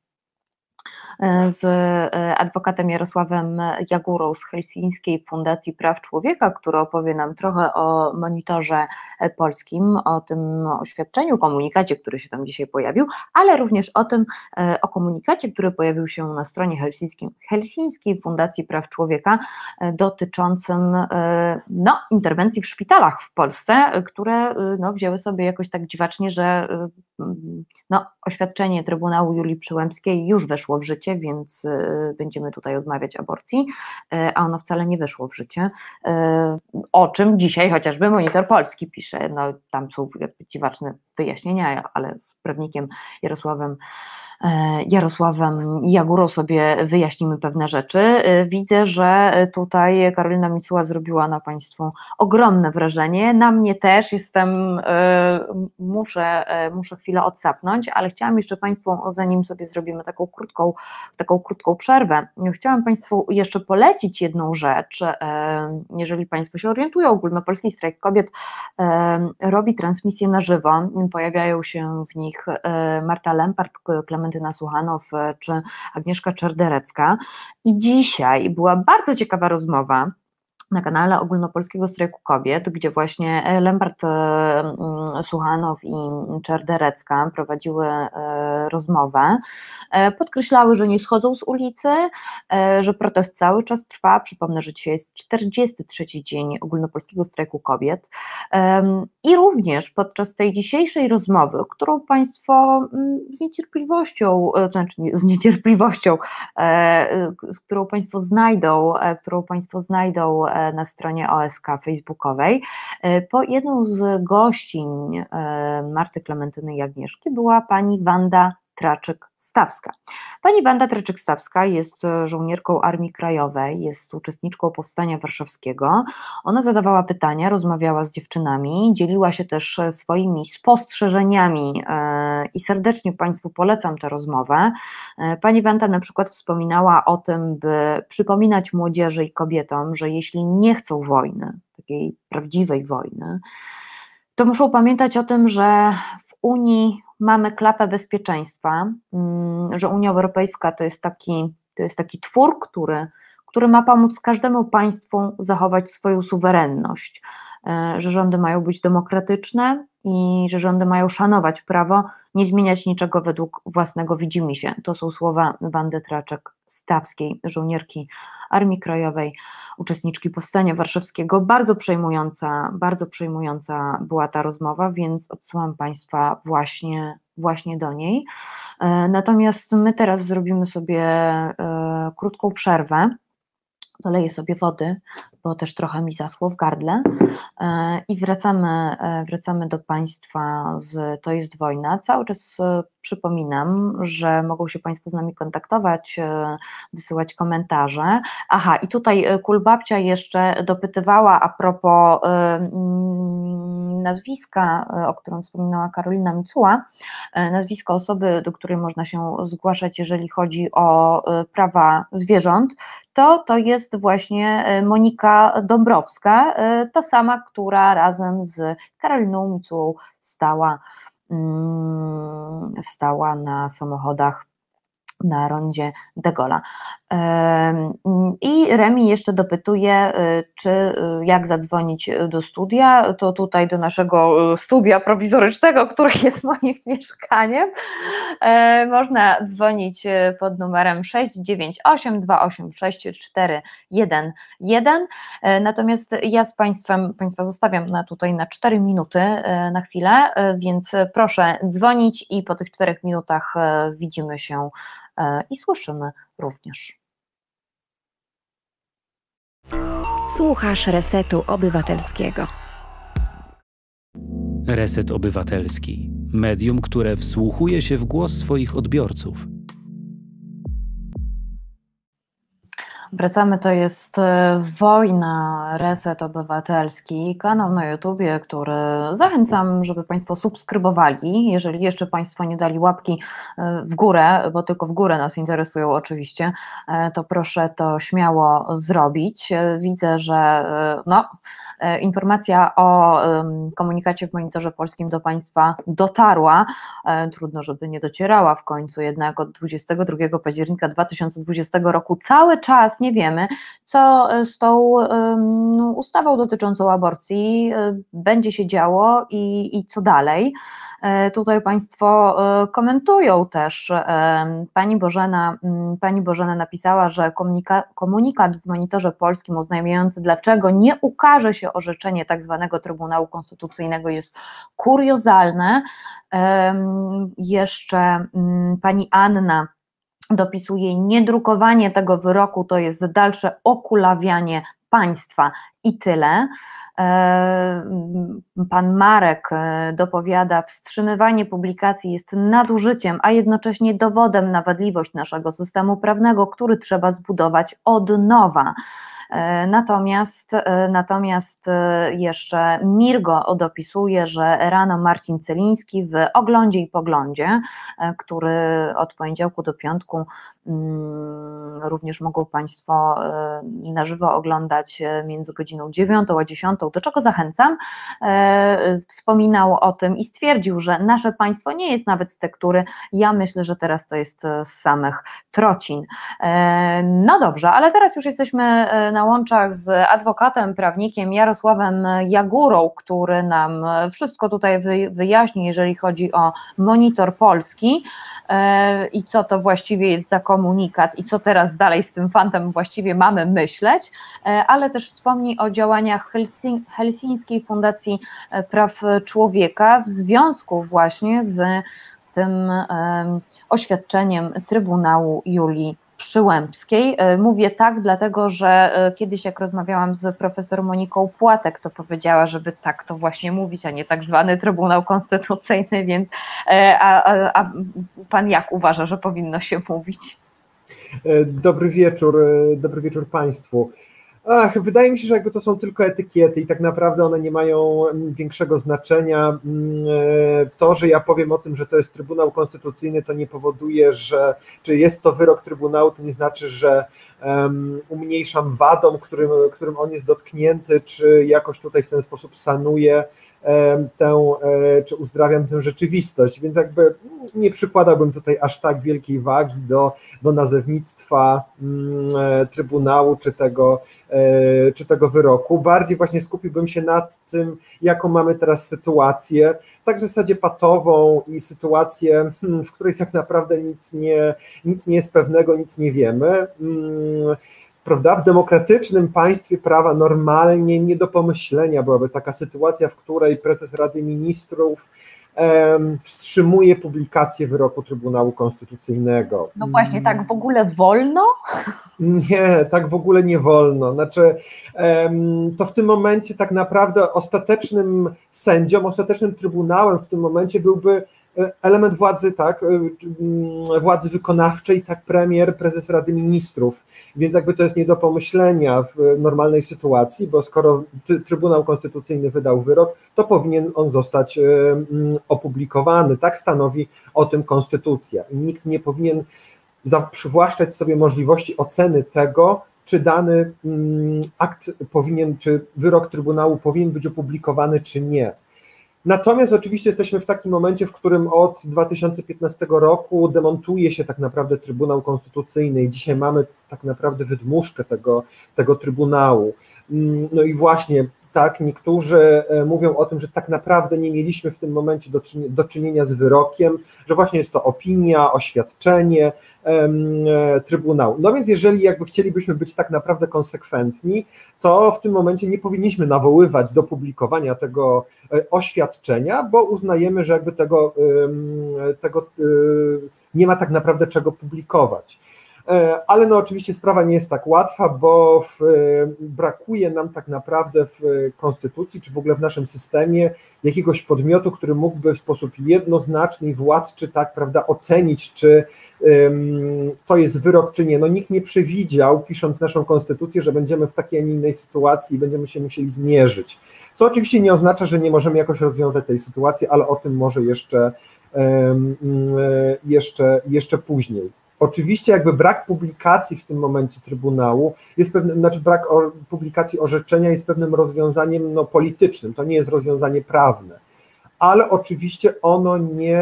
z adwokatem Jarosławem Jagórą z Helsińskiej Fundacji Praw Człowieka, który opowie nam trochę o monitorze polskim, o tym oświadczeniu, komunikacie, który się tam dzisiaj pojawił, ale również o tym, o komunikacie, który pojawił się na stronie Helsińskiej, Helsińskiej Fundacji Praw Człowieka dotyczącym no, interwencji w szpitalach w Polsce, które no, wzięły sobie jakoś tak dziwacznie, że no, oświadczenie Trybunału Julii Przyłębskiej już weszło w życie, więc będziemy tutaj odmawiać aborcji, a ono wcale nie weszło w życie, o czym dzisiaj chociażby Monitor Polski pisze. No, tam są dziwaczne wyjaśnienia, ale z prawnikiem Jarosławem Jarosławem Jagurą sobie wyjaśnimy pewne rzeczy. Widzę, że tutaj Karolina Micuła zrobiła na Państwu ogromne wrażenie, na mnie też. Jestem, muszę, muszę chwilę odsapnąć, ale chciałam jeszcze Państwu, zanim sobie zrobimy taką krótką, taką krótką przerwę, chciałam Państwu jeszcze polecić jedną rzecz. Jeżeli Państwo się orientują, Ogólnopolski Strajk Kobiet robi transmisje na żywo, pojawiają się w nich Marta Lempart, Klementyna Suchanow czy Agnieszka Czerderecka i dzisiaj była bardzo ciekawa rozmowa na kanale Ogólnopolskiego Strajku Kobiet, gdzie właśnie Lempart, Suchanow i Czerderecka prowadziły rozmowę, podkreślały, że nie schodzą z ulicy, że protest cały czas trwa. Przypomnę, że dzisiaj jest czterdziesty trzeci dzień Ogólnopolskiego Strajku Kobiet i również podczas tej dzisiejszej rozmowy, którą Państwo z niecierpliwością, znaczy nie, z niecierpliwością, z którą Państwo znajdą, którą Państwo znajdą na stronie O S K facebookowej. Po jedną z gościń Marty Klementyny i Agnieszki była pani Wanda Traczyk-Stawska. Pani Wanda Traczyk-Stawska jest żołnierką Armii Krajowej, jest uczestniczką Powstania Warszawskiego. Ona zadawała pytania, rozmawiała z dziewczynami, dzieliła się też swoimi spostrzeżeniami i serdecznie Państwu polecam tę rozmowę. Pani Wanda na przykład wspominała o tym, by przypominać młodzieży i kobietom, że jeśli nie chcą wojny, takiej prawdziwej wojny, to muszą pamiętać o tym, że w Unii mamy klapę bezpieczeństwa, że Unia Europejska to jest taki, to jest taki twór, który, który ma pomóc każdemu państwu zachować swoją suwerenność, że rządy mają być demokratyczne i że rządy mają szanować prawo, nie zmieniać niczego według własnego widzimisię. To są słowa Wandy Traczyk-Stawskiej, żołnierki Armii Krajowej, uczestniczki Powstania Warszawskiego. Bardzo przejmująca, bardzo przejmująca była ta rozmowa, więc odsyłam Państwa właśnie, właśnie do niej. Natomiast my teraz zrobimy sobie krótką przerwę. Doleję sobie wody, bo też trochę mi zaschło w gardle i wracamy, wracamy do Państwa z To jest wojna. Cały czas przypominam, że mogą się Państwo z nami kontaktować, wysyłać komentarze. Aha, i tutaj Kulbabcia jeszcze dopytywała a propos nazwiska, o którym wspominała Karolina Micuła, nazwiska osoby, do której można się zgłaszać, jeżeli chodzi o prawa zwierząt, to to jest właśnie Monika Dąbrowska, ta sama, która razem z Karoliną Micułą stała, stała na samochodach na rondzie de Gaulle'a. I Remi jeszcze dopytuje, czy jak zadzwonić do studia, to tutaj do naszego studia prowizorycznego, które jest moim mieszkaniem, można dzwonić pod numerem sześć dziewięć osiem dwa osiem sześć cztery jeden jeden, natomiast ja z Państwem, Państwa zostawiam na tutaj na cztery minuty na chwilę, więc proszę dzwonić i po tych czterech minutach widzimy się i słyszymy również. Słuchasz Resetu Obywatelskiego. Reset Obywatelski. Medium, które wsłuchuje się w głos swoich odbiorców. Wracamy, to jest Wojna, Reset Obywatelski, kanał na YouTubie, który zachęcam, żeby Państwo subskrybowali. Jeżeli jeszcze Państwo nie dali łapki w górę, bo tylko w górę nas interesują oczywiście, to proszę to śmiało zrobić. Widzę, że no, informacja o komunikacie w Monitorze Polskim do Państwa dotarła. Trudno, żeby nie docierała w końcu, jednak od dwudziestego drugiego października dwa tysiące dwudziestego roku cały czas nie wiemy, co z tą um, ustawą dotyczącą aborcji będzie się działo i, i co dalej. Tutaj Państwo komentują też. Pani Bożena, Pani Bożena napisała, że komunika, komunikat w Monitorze Polskim oznajmiający, dlaczego nie ukaże się orzeczenie tak zwanego Trybunału Konstytucyjnego, jest kuriozalne. Jeszcze Pani Anna dopisuje, niedrukowanie tego wyroku to jest dalsze okulawianie państwa i tyle. Pan Marek dopowiada, wstrzymywanie publikacji jest nadużyciem, a jednocześnie dowodem na wadliwość naszego systemu prawnego, który trzeba zbudować od nowa. Natomiast, natomiast jeszcze Mirgo dopisuje, że rano Marcin Celiński w Oglądzie i Poglądzie, który od poniedziałku do piątku również mogą Państwo na żywo oglądać między godziną dziewiątą a dziesiątą, do czego zachęcam, wspominał o tym i stwierdził, że nasze państwo nie jest nawet z tektury. Ja myślę, że teraz to jest z samych trocin. No dobrze, ale teraz już jesteśmy na łączach z adwokatem, prawnikiem Jarosławem Jagórą, który nam wszystko tutaj wyjaśni, jeżeli chodzi o Monitor Polski i co to właściwie jest za komunikat i co teraz dalej z tym fantem właściwie mamy myśleć, ale też wspomni o działaniach Helsin- Helsińskiej Fundacji Praw Człowieka w związku właśnie z tym um, oświadczeniem Trybunału Julii Przyłębskiej. Mówię tak, dlatego że kiedyś jak rozmawiałam z profesor Moniką Płatek, to powiedziała, żeby tak to właśnie mówić, a nie tak zwany Trybunał Konstytucyjny, więc a, a, a pan jak uważa, że powinno się mówić? Dobry wieczór, dobry wieczór Państwu. Ach, wydaje mi się, że jakby to są tylko etykiety i tak naprawdę one nie mają większego znaczenia. To, że ja powiem o tym, że to jest Trybunał Konstytucyjny, to nie powoduje, że czy jest to wyrok Trybunału, to nie znaczy, że um, umniejszam wadom, którym, którym on jest dotknięty, czy jakoś tutaj w ten sposób sanuję tę, czy uzdrawiam tę rzeczywistość, więc jakby nie przykładałbym tutaj aż tak wielkiej wagi do, do nazewnictwa Trybunału czy tego, czy tego wyroku. Bardziej właśnie skupiłbym się nad tym, jaką mamy teraz sytuację, tak w zasadzie patową i sytuację, w której tak naprawdę nic nie, nic nie jest pewnego, nic nie wiemy. Prawda? W demokratycznym państwie prawa normalnie nie do pomyślenia byłaby taka sytuacja, w której prezes Rady Ministrów um, wstrzymuje publikację wyroku Trybunału Konstytucyjnego. No właśnie, tak w ogóle wolno? Nie, tak w ogóle nie wolno. Znaczy, um, to w tym momencie tak naprawdę ostatecznym sędzią, ostatecznym trybunałem w tym momencie byłby element władzy, tak, władzy wykonawczej, tak premier, prezes Rady Ministrów, więc jakby to jest nie do pomyślenia w normalnej sytuacji, bo skoro Trybunał Konstytucyjny wydał wyrok, to powinien on zostać opublikowany, tak stanowi o tym konstytucja. I nikt nie powinien przywłaszczać sobie możliwości oceny tego, czy dany akt powinien, czy wyrok Trybunału powinien być opublikowany, czy nie. Natomiast oczywiście jesteśmy w takim momencie, w którym od dwa tysiące piętnastego roku demontuje się tak naprawdę Trybunał Konstytucyjny i dzisiaj mamy tak naprawdę wydmuszkę tego, tego Trybunału. No i właśnie tak, niektórzy mówią o tym, że tak naprawdę nie mieliśmy w tym momencie do, czyni- do czynienia z wyrokiem, że właśnie jest to opinia, oświadczenie em, Trybunału. No więc jeżeli jakby chcielibyśmy być tak naprawdę konsekwentni, to w tym momencie nie powinniśmy nawoływać do publikowania tego e, oświadczenia, bo uznajemy, że jakby tego, e, tego e, nie ma tak naprawdę czego publikować. Ale no oczywiście sprawa nie jest tak łatwa, bo w, brakuje nam tak naprawdę w konstytucji, czy w ogóle w naszym systemie jakiegoś podmiotu, który mógłby w sposób jednoznaczny i władczy, tak, prawda, ocenić, czy um, to jest wyrok, czy nie. No nikt nie przewidział, pisząc naszą konstytucję, że będziemy w takiej, a nie innej sytuacji i będziemy się musieli zmierzyć. Co oczywiście nie oznacza, że nie możemy jakoś rozwiązać tej sytuacji, ale o tym może jeszcze, um, jeszcze, jeszcze później. Oczywiście jakby brak publikacji w tym momencie Trybunału jest pewnym, znaczy brak publikacji orzeczenia jest pewnym rozwiązaniem no, politycznym, to nie jest rozwiązanie prawne, ale oczywiście ono nie,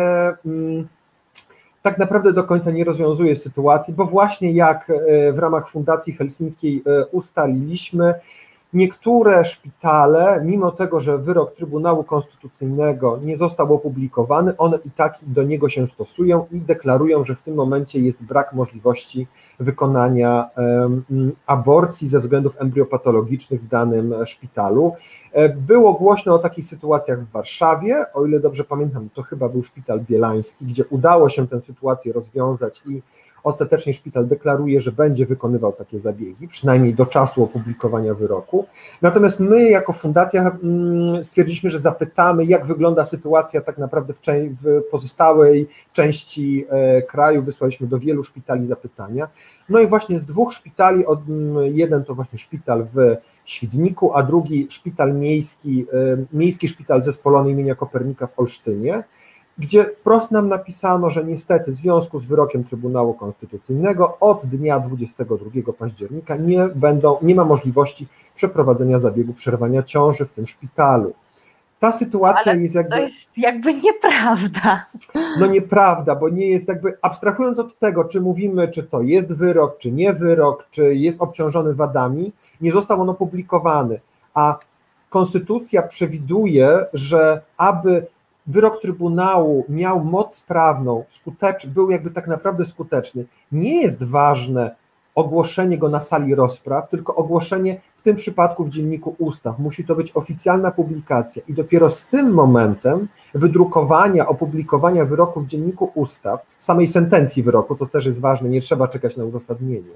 tak naprawdę do końca nie rozwiązuje sytuacji, bo właśnie jak w ramach Fundacji Helsińskiej ustaliliśmy, niektóre szpitale, mimo tego, że wyrok Trybunału Konstytucyjnego nie został opublikowany, one i tak do niego się stosują i deklarują, że w tym momencie jest brak możliwości wykonania um, aborcji ze względów embriopatologicznych w danym szpitalu. Było głośno o takich sytuacjach w Warszawie, o ile dobrze pamiętam, to chyba był Szpital Bielański, gdzie udało się tę sytuację rozwiązać i Ostatecznie szpital deklaruje, że będzie wykonywał takie zabiegi, przynajmniej do czasu opublikowania wyroku. Natomiast my jako fundacja stwierdziliśmy, że zapytamy, jak wygląda sytuacja tak naprawdę w, w pozostałej części kraju. Wysłaliśmy do wielu szpitali zapytania. No i właśnie z dwóch szpitali, jeden to właśnie szpital w Świdniku, a drugi szpital miejski, miejski szpital zespolony imienia Kopernika w Olsztynie, gdzie wprost nam napisano, że niestety w związku z wyrokiem Trybunału Konstytucyjnego od dnia dwudziestego drugiego października nie będą, nie ma możliwości przeprowadzenia zabiegu przerwania ciąży w tym szpitalu. Ta sytuacja Ale jest jakby... to jest jakby nieprawda. No nieprawda, bo nie jest jakby, abstrahując od tego, czy mówimy, czy to jest wyrok, czy nie wyrok, czy jest obciążony wadami, nie został on opublikowany, a konstytucja przewiduje, że aby wyrok Trybunału miał moc prawną, skutecz, był jakby tak naprawdę skuteczny, nie jest ważne ogłoszenie go na sali rozpraw, tylko ogłoszenie w tym przypadku w Dzienniku Ustaw. Musi to być oficjalna publikacja i dopiero z tym momentem wydrukowania, opublikowania wyroku w Dzienniku Ustaw, samej sentencji wyroku, to też jest ważne, nie trzeba czekać na uzasadnienie.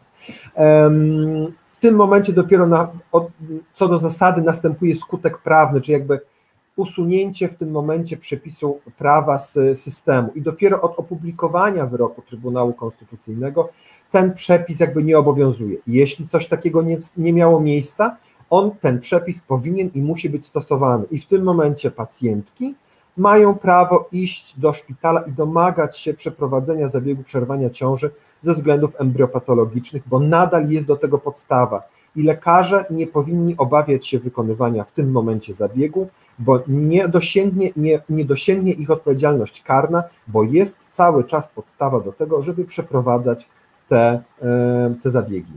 W tym momencie dopiero na, co do zasady następuje skutek prawny, czy jakby usunięcie w tym momencie przepisu prawa z systemu i dopiero od opublikowania wyroku Trybunału Konstytucyjnego ten przepis jakby nie obowiązuje. Jeśli coś takiego nie, nie miało miejsca, on, ten przepis powinien i musi być stosowany i w tym momencie pacjentki mają prawo iść do szpitala i domagać się przeprowadzenia zabiegu przerwania ciąży ze względów embriopatologicznych, bo nadal jest do tego podstawa i lekarze nie powinni obawiać się wykonywania w tym momencie zabiegu, bo nie dosięgnie, nie, nie dosięgnie ich odpowiedzialność karna, bo jest cały czas podstawa do tego, żeby przeprowadzać te, te zabiegi.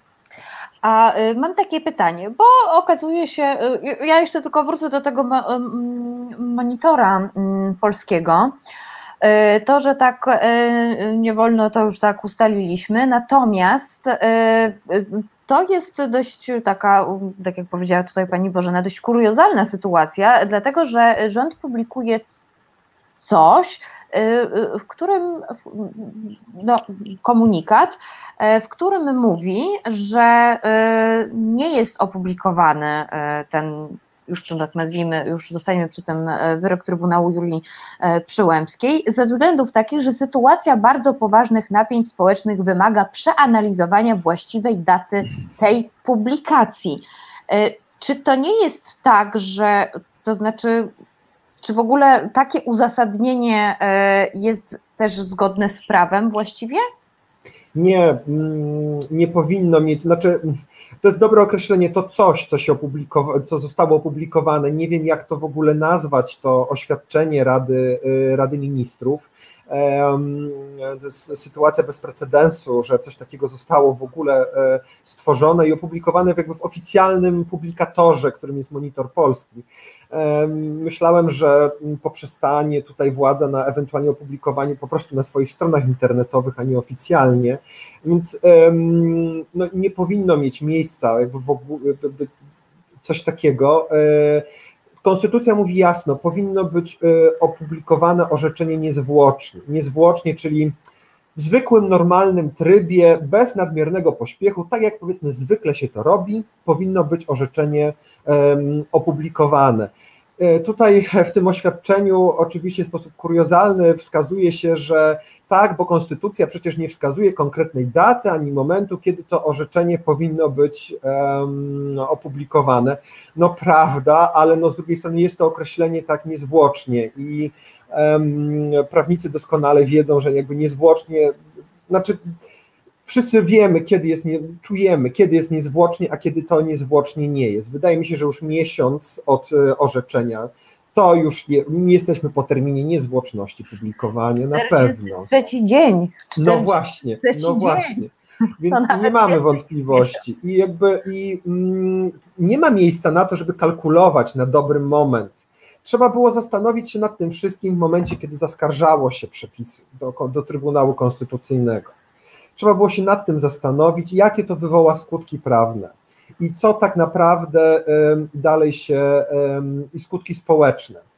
A mam takie pytanie, bo okazuje się, ja jeszcze tylko wrócę do tego monitora polskiego, to, że tak nie wolno, to już tak ustaliliśmy, natomiast to jest dość taka, tak jak powiedziała tutaj pani Bożena, dość kuriozalna sytuacja, dlatego że rząd publikuje coś, w którym, no, komunikat, w którym mówi, że nie jest opublikowany ten, już to tak nazwijmy, już zostajemy przy tym, wyrok Trybunału Julii Przyłębskiej, ze względów takich, że sytuacja bardzo poważnych napięć społecznych wymaga przeanalizowania właściwej daty tej publikacji. Czy to nie jest tak, że, to znaczy, czy w ogóle takie uzasadnienie jest też zgodne z prawem właściwie? Nie, nie powinno mieć, znaczy to jest dobre określenie, to coś, co się opublikowało, co zostało opublikowane, nie wiem jak to w ogóle nazwać, to oświadczenie Rady, Rady Ministrów, to jest sytuacja bez precedensu, że coś takiego zostało w ogóle stworzone i opublikowane jakby w oficjalnym publikatorze, którym jest Monitor Polski. Myślałem, że poprzestanie tutaj władza na ewentualnie opublikowaniu po prostu na swoich stronach internetowych, a nie oficjalnie, więc no, nie powinno mieć miejsca jakby w ogóle coś takiego. Konstytucja mówi jasno, powinno być opublikowane orzeczenie niezwłocznie, niezwłocznie, czyli w zwykłym, normalnym trybie, bez nadmiernego pośpiechu, tak jak powiedzmy zwykle się to robi, powinno być orzeczenie um, opublikowane. Tutaj w tym oświadczeniu oczywiście w sposób kuriozalny wskazuje się, że tak, bo konstytucja przecież nie wskazuje konkretnej daty ani momentu, kiedy to orzeczenie powinno być um, opublikowane. No prawda, ale no z drugiej strony jest to określenie tak niezwłocznie i um, prawnicy doskonale wiedzą, że jakby niezwłocznie, znaczy wszyscy wiemy, kiedy jest, nie, czujemy, kiedy jest niezwłocznie, a kiedy to niezwłocznie nie jest. Wydaje mi się, że już miesiąc od orzeczenia, to już je, jesteśmy po terminie niezwłoczności publikowania, na pewno. Trzeci dzień. No właśnie, no właśnie. Więc nie mamy wątpliwości i jakby i, mm, nie ma miejsca na to, żeby kalkulować na dobry moment. Trzeba było zastanowić się nad tym wszystkim w momencie, kiedy zaskarżało się przepisy do, do Trybunału Konstytucyjnego. Trzeba było się nad tym zastanowić, jakie to wywoła skutki prawne i co tak naprawdę dalej się, i skutki społeczne.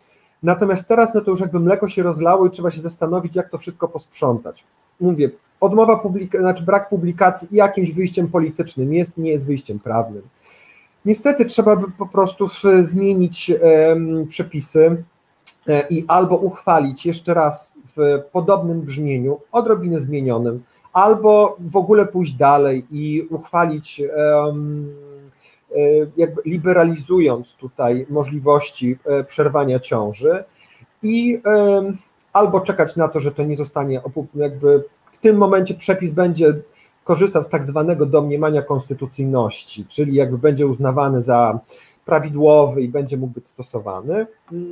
Natomiast teraz no to już jakby mleko się rozlało i trzeba się zastanowić, jak to wszystko posprzątać. Mówię, odmowa publikacji, znaczy brak publikacji i jakimś wyjściem politycznym jest, nie jest wyjściem prawnym. Niestety trzeba by po prostu zmienić um, przepisy e, i albo uchwalić jeszcze raz w podobnym brzmieniu, odrobinę zmienionym, albo w ogóle pójść dalej i uchwalić, um, e, jakby liberalizując tutaj możliwości e, przerwania ciąży i um, albo czekać na to, że to nie zostanie, jakby w tym momencie przepis będzie korzystał z tak zwanego domniemania konstytucyjności, czyli jakby będzie uznawany za prawidłowy i będzie mógł być stosowany,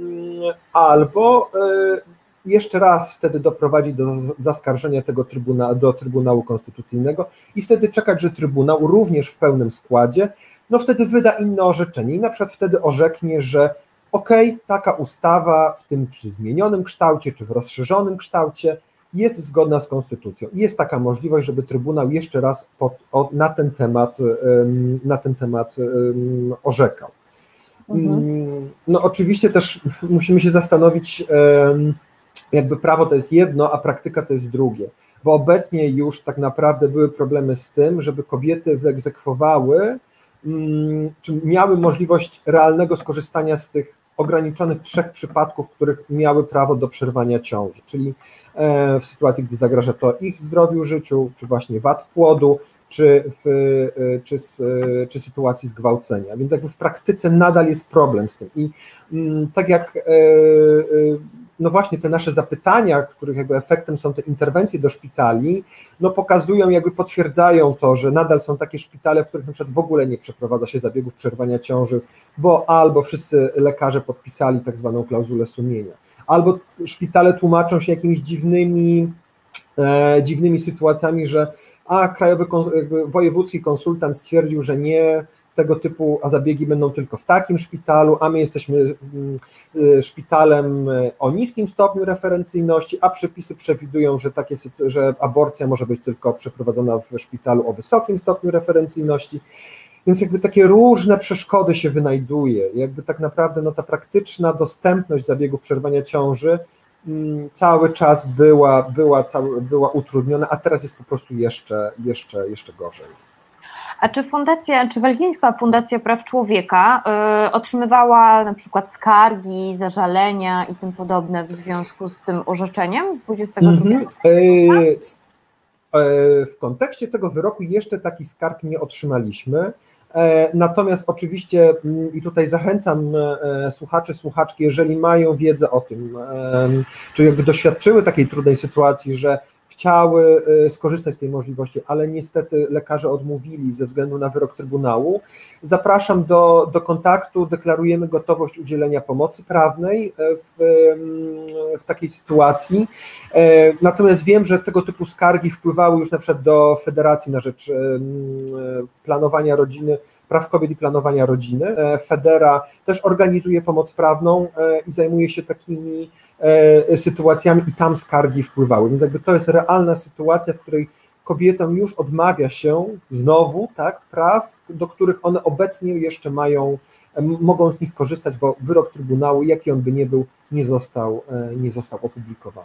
albo jeszcze raz wtedy doprowadzić do zaskarżenia tego trybuna, do Trybunału Konstytucyjnego i wtedy czekać, że Trybunał również w pełnym składzie, no wtedy wyda inne orzeczenie i na przykład wtedy orzeknie, że okej, okay, taka ustawa w tym czy zmienionym kształcie, czy w rozszerzonym kształcie jest zgodna z konstytucją. Jest taka możliwość, żeby Trybunał jeszcze raz pod, o, na ten temat, na ten temat um, orzekał. Mhm. No oczywiście też musimy się zastanowić, um, jakby prawo to jest jedno, a praktyka to jest drugie, bo obecnie już tak naprawdę były problemy z tym, żeby kobiety wyegzekwowały, um, czy miały możliwość realnego skorzystania z tych ograniczonych trzech przypadków, w których miały prawo do przerwania ciąży, czyli w sytuacji, gdy zagraża to ich zdrowiu, życiu, czy właśnie wad płodu, czy, w, czy, czy sytuacji zgwałcenia. Więc jakby w praktyce nadal jest problem z tym. I tak jak no właśnie te nasze zapytania, których jakby efektem są te interwencje do szpitali, no pokazują, jakby potwierdzają to, że nadal są takie szpitale, w których na przykład w ogóle nie przeprowadza się zabiegów przerwania ciąży, bo albo wszyscy lekarze podpisali tak zwaną klauzulę sumienia, albo szpitale tłumaczą się jakimiś dziwnymi, e, dziwnymi sytuacjami, że a krajowy jakby wojewódzki konsultant stwierdził, że nie, tego typu a zabiegi będą tylko w takim szpitalu, a my jesteśmy szpitalem o niskim stopniu referencyjności, a przepisy przewidują, że, takie, że aborcja może być tylko przeprowadzona w szpitalu o wysokim stopniu referencyjności. Więc jakby takie różne przeszkody się wynajduje. Jakby tak naprawdę no, ta praktyczna dostępność zabiegów przerwania ciąży m, cały czas była, była, cały, była utrudniona, a teraz jest po prostu jeszcze, jeszcze, jeszcze gorzej. A czy fundacja, czy Walzińska Fundacja Praw Człowieka y, otrzymywała na przykład skargi, zażalenia i tym podobne w związku z tym orzeczeniem z dwudziestego drugiego? Mm-hmm. y, w kontekście tego wyroku jeszcze takich skarg nie otrzymaliśmy. Natomiast oczywiście, i tutaj zachęcam słuchaczy, słuchaczki, jeżeli mają wiedzę o tym, czy jakby doświadczyły takiej trudnej sytuacji, że chciały skorzystać z tej możliwości, ale niestety lekarze odmówili ze względu na wyrok Trybunału. Zapraszam do, do kontaktu, deklarujemy gotowość udzielenia pomocy prawnej w, w takiej sytuacji. Natomiast wiem, że tego typu skargi wpływały już na przykład do Federacji na rzecz planowania rodziny, praw kobiet i planowania rodziny. Federa też organizuje pomoc prawną i zajmuje się takimi sytuacjami i tam skargi wpływały. Więc jakby to jest realna sytuacja, w której kobietom już odmawia się znowu tak, praw, do których one obecnie jeszcze mają, mogą z nich korzystać, bo wyrok Trybunału, jaki on by nie był, nie został, nie został opublikowany.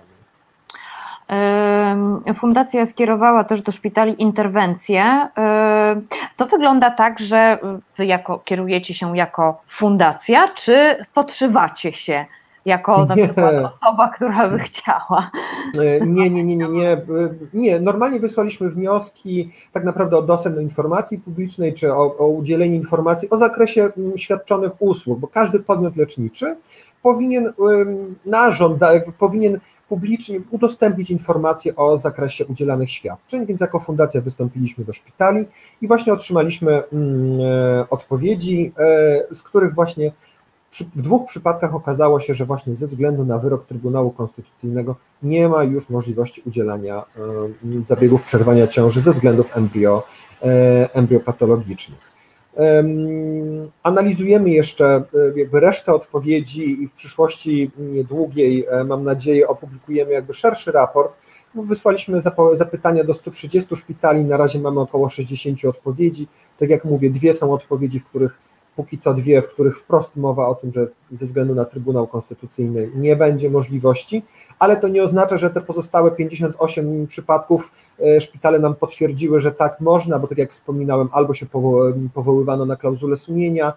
Fundacja skierowała też do szpitali interwencje. To wygląda tak, że wy jako, kierujecie się jako fundacja, czy podszywacie się jako na przykład osoba, która by chciała? Nie, nie, nie, nie, nie. Nie, normalnie wysłaliśmy wnioski tak naprawdę o dostęp do informacji publicznej, czy o, o udzielenie informacji o zakresie świadczonych usług, bo każdy podmiot leczniczy powinien, narząd jakby powinien publicznie udostępnić informacje o zakresie udzielanych świadczeń, więc jako fundacja wystąpiliśmy do szpitali i właśnie otrzymaliśmy mm, odpowiedzi, e, z których właśnie w, w dwóch przypadkach okazało się, że właśnie ze względu na wyrok Trybunału Konstytucyjnego nie ma już możliwości udzielania e, zabiegów przerwania ciąży ze względów embryo, e, embriopatologicznych. Analizujemy jeszcze jakby resztę odpowiedzi i w przyszłości niedługiej, mam nadzieję, opublikujemy jakby szerszy raport. Wysłaliśmy zapytania do stu trzydziestu szpitali, na razie mamy około sześćdziesięciu odpowiedzi. Tak jak mówię, dwie są odpowiedzi, w których póki co dwie, w których wprost mowa o tym, że ze względu na Trybunał Konstytucyjny nie będzie możliwości, ale to nie oznacza, że te pozostałe pięćdziesiąt osiem przypadków szpitale nam potwierdziły, że tak można, bo tak jak wspominałem, albo się powoływano na klauzulę sumienia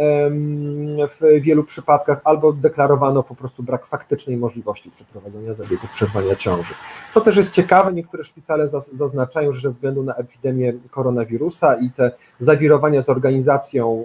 w wielu przypadkach, albo deklarowano po prostu brak faktycznej możliwości przeprowadzenia zabiegu przerwania ciąży. Co też jest ciekawe, niektóre szpitale zaznaczają, że ze względu na epidemię koronawirusa i te zawirowania z organizacją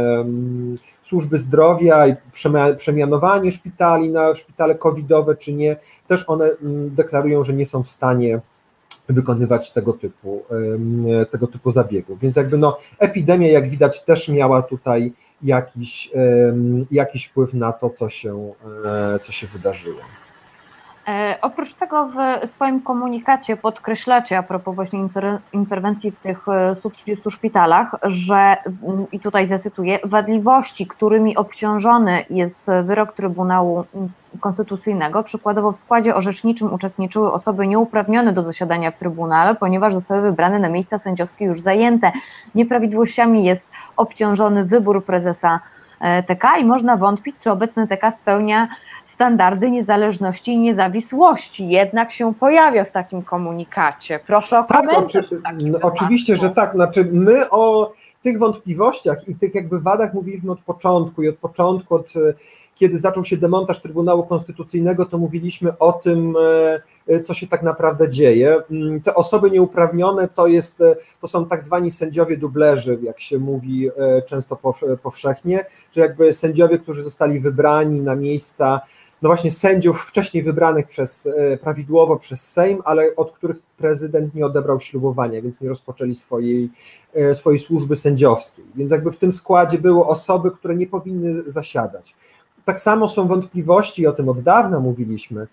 służby zdrowia i przemianowanie szpitali na szpitale covidowe czy nie, też one deklarują, że nie są w stanie wykonywać tego typu, tego typu zabiegów. Więc jakby no, epidemia, jak widać, też miała tutaj jakiś, jakiś wpływ na to, co się, co się wydarzyło. E, oprócz tego w swoim komunikacie podkreślacie, a propos właśnie inter, interwencji w tych stu trzydziestu szpitalach, że, i tutaj zacytuję, wadliwości, którymi obciążony jest wyrok Trybunału Konstytucyjnego, przykładowo w składzie orzeczniczym uczestniczyły osoby nieuprawnione do zasiadania w Trybunale, ponieważ zostały wybrane na miejsca sędziowskie już zajęte. Nieprawidłowościami jest obciążony wybór prezesa T K i można wątpić, czy obecny T K spełnia standardy niezależności i niezawisłości, jednak się pojawia w takim komunikacie. Proszę o komentarz. Tak, oczy, no, oczywiście, że tak. Znaczy my o tych wątpliwościach i tych jakby wadach mówiliśmy od początku i od początku, od kiedy zaczął się demontaż Trybunału Konstytucyjnego, to mówiliśmy o tym, co się tak naprawdę dzieje. Te osoby nieuprawnione to, jest, to są tak zwani sędziowie dublerzy, jak się mówi często powszechnie, czy jakby sędziowie, którzy zostali wybrani na miejsca no właśnie sędziów wcześniej wybranych przez, prawidłowo przez Sejm, ale od których prezydent nie odebrał ślubowania, więc nie rozpoczęli swojej, swojej służby sędziowskiej. Więc jakby w tym składzie były osoby, które nie powinny zasiadać. Tak samo są wątpliwości, o tym od dawna mówiliśmy,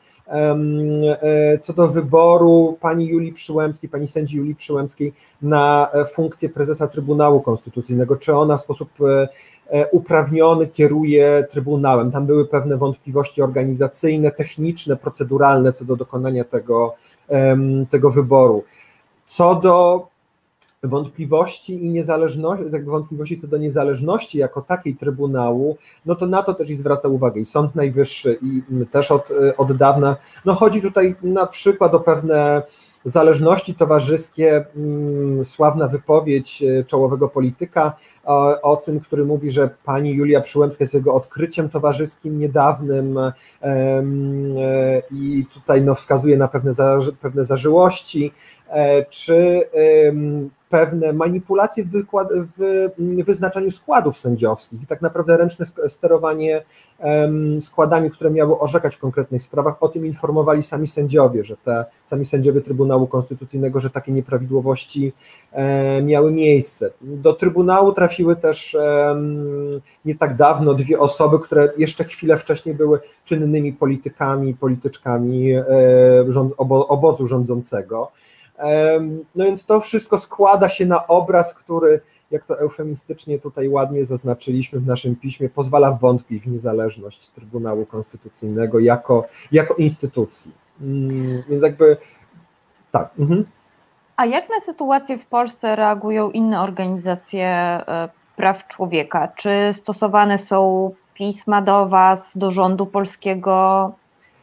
co do wyboru pani Julii Przyłębskiej, pani sędzi Julii Przyłębskiej na funkcję prezesa Trybunału Konstytucyjnego, czy ona w sposób uprawniony kieruje Trybunałem. Tam były pewne wątpliwości organizacyjne, techniczne, proceduralne co do dokonania tego, tego wyboru. Co do wątpliwości i niezależności, jakby wątpliwości co do niezależności jako takiej Trybunału, no to na to też i zwraca uwagę i Sąd Najwyższy i też od, od dawna, no chodzi tutaj na przykład o pewne zależności towarzyskie, sławna wypowiedź czołowego polityka o, o tym, który mówi, że pani Julia Przyłębska jest jego odkryciem towarzyskim niedawnym i tutaj no wskazuje na pewne, za, pewne zażyłości, czy pewne manipulacje w, wykład, w wyznaczaniu składów sędziowskich i tak naprawdę ręczne sterowanie składami, które miały orzekać w konkretnych sprawach. O tym informowali sami sędziowie, że te sami sędziowie Trybunału Konstytucyjnego, że takie nieprawidłowości miały miejsce. Do Trybunału trafiły też nie tak dawno dwie osoby, które jeszcze chwilę wcześniej były czynnymi politykami, polityczkami obozu rządzącego. No więc to wszystko składa się na obraz, który, jak to eufemistycznie tutaj ładnie zaznaczyliśmy w naszym piśmie, pozwala wątpić w niezależność Trybunału Konstytucyjnego jako, jako instytucji. Więc jakby tak. Mhm. A jak na sytuację w Polsce reagują inne organizacje praw człowieka? Czy stosowane są pisma do Was, do rządu polskiego?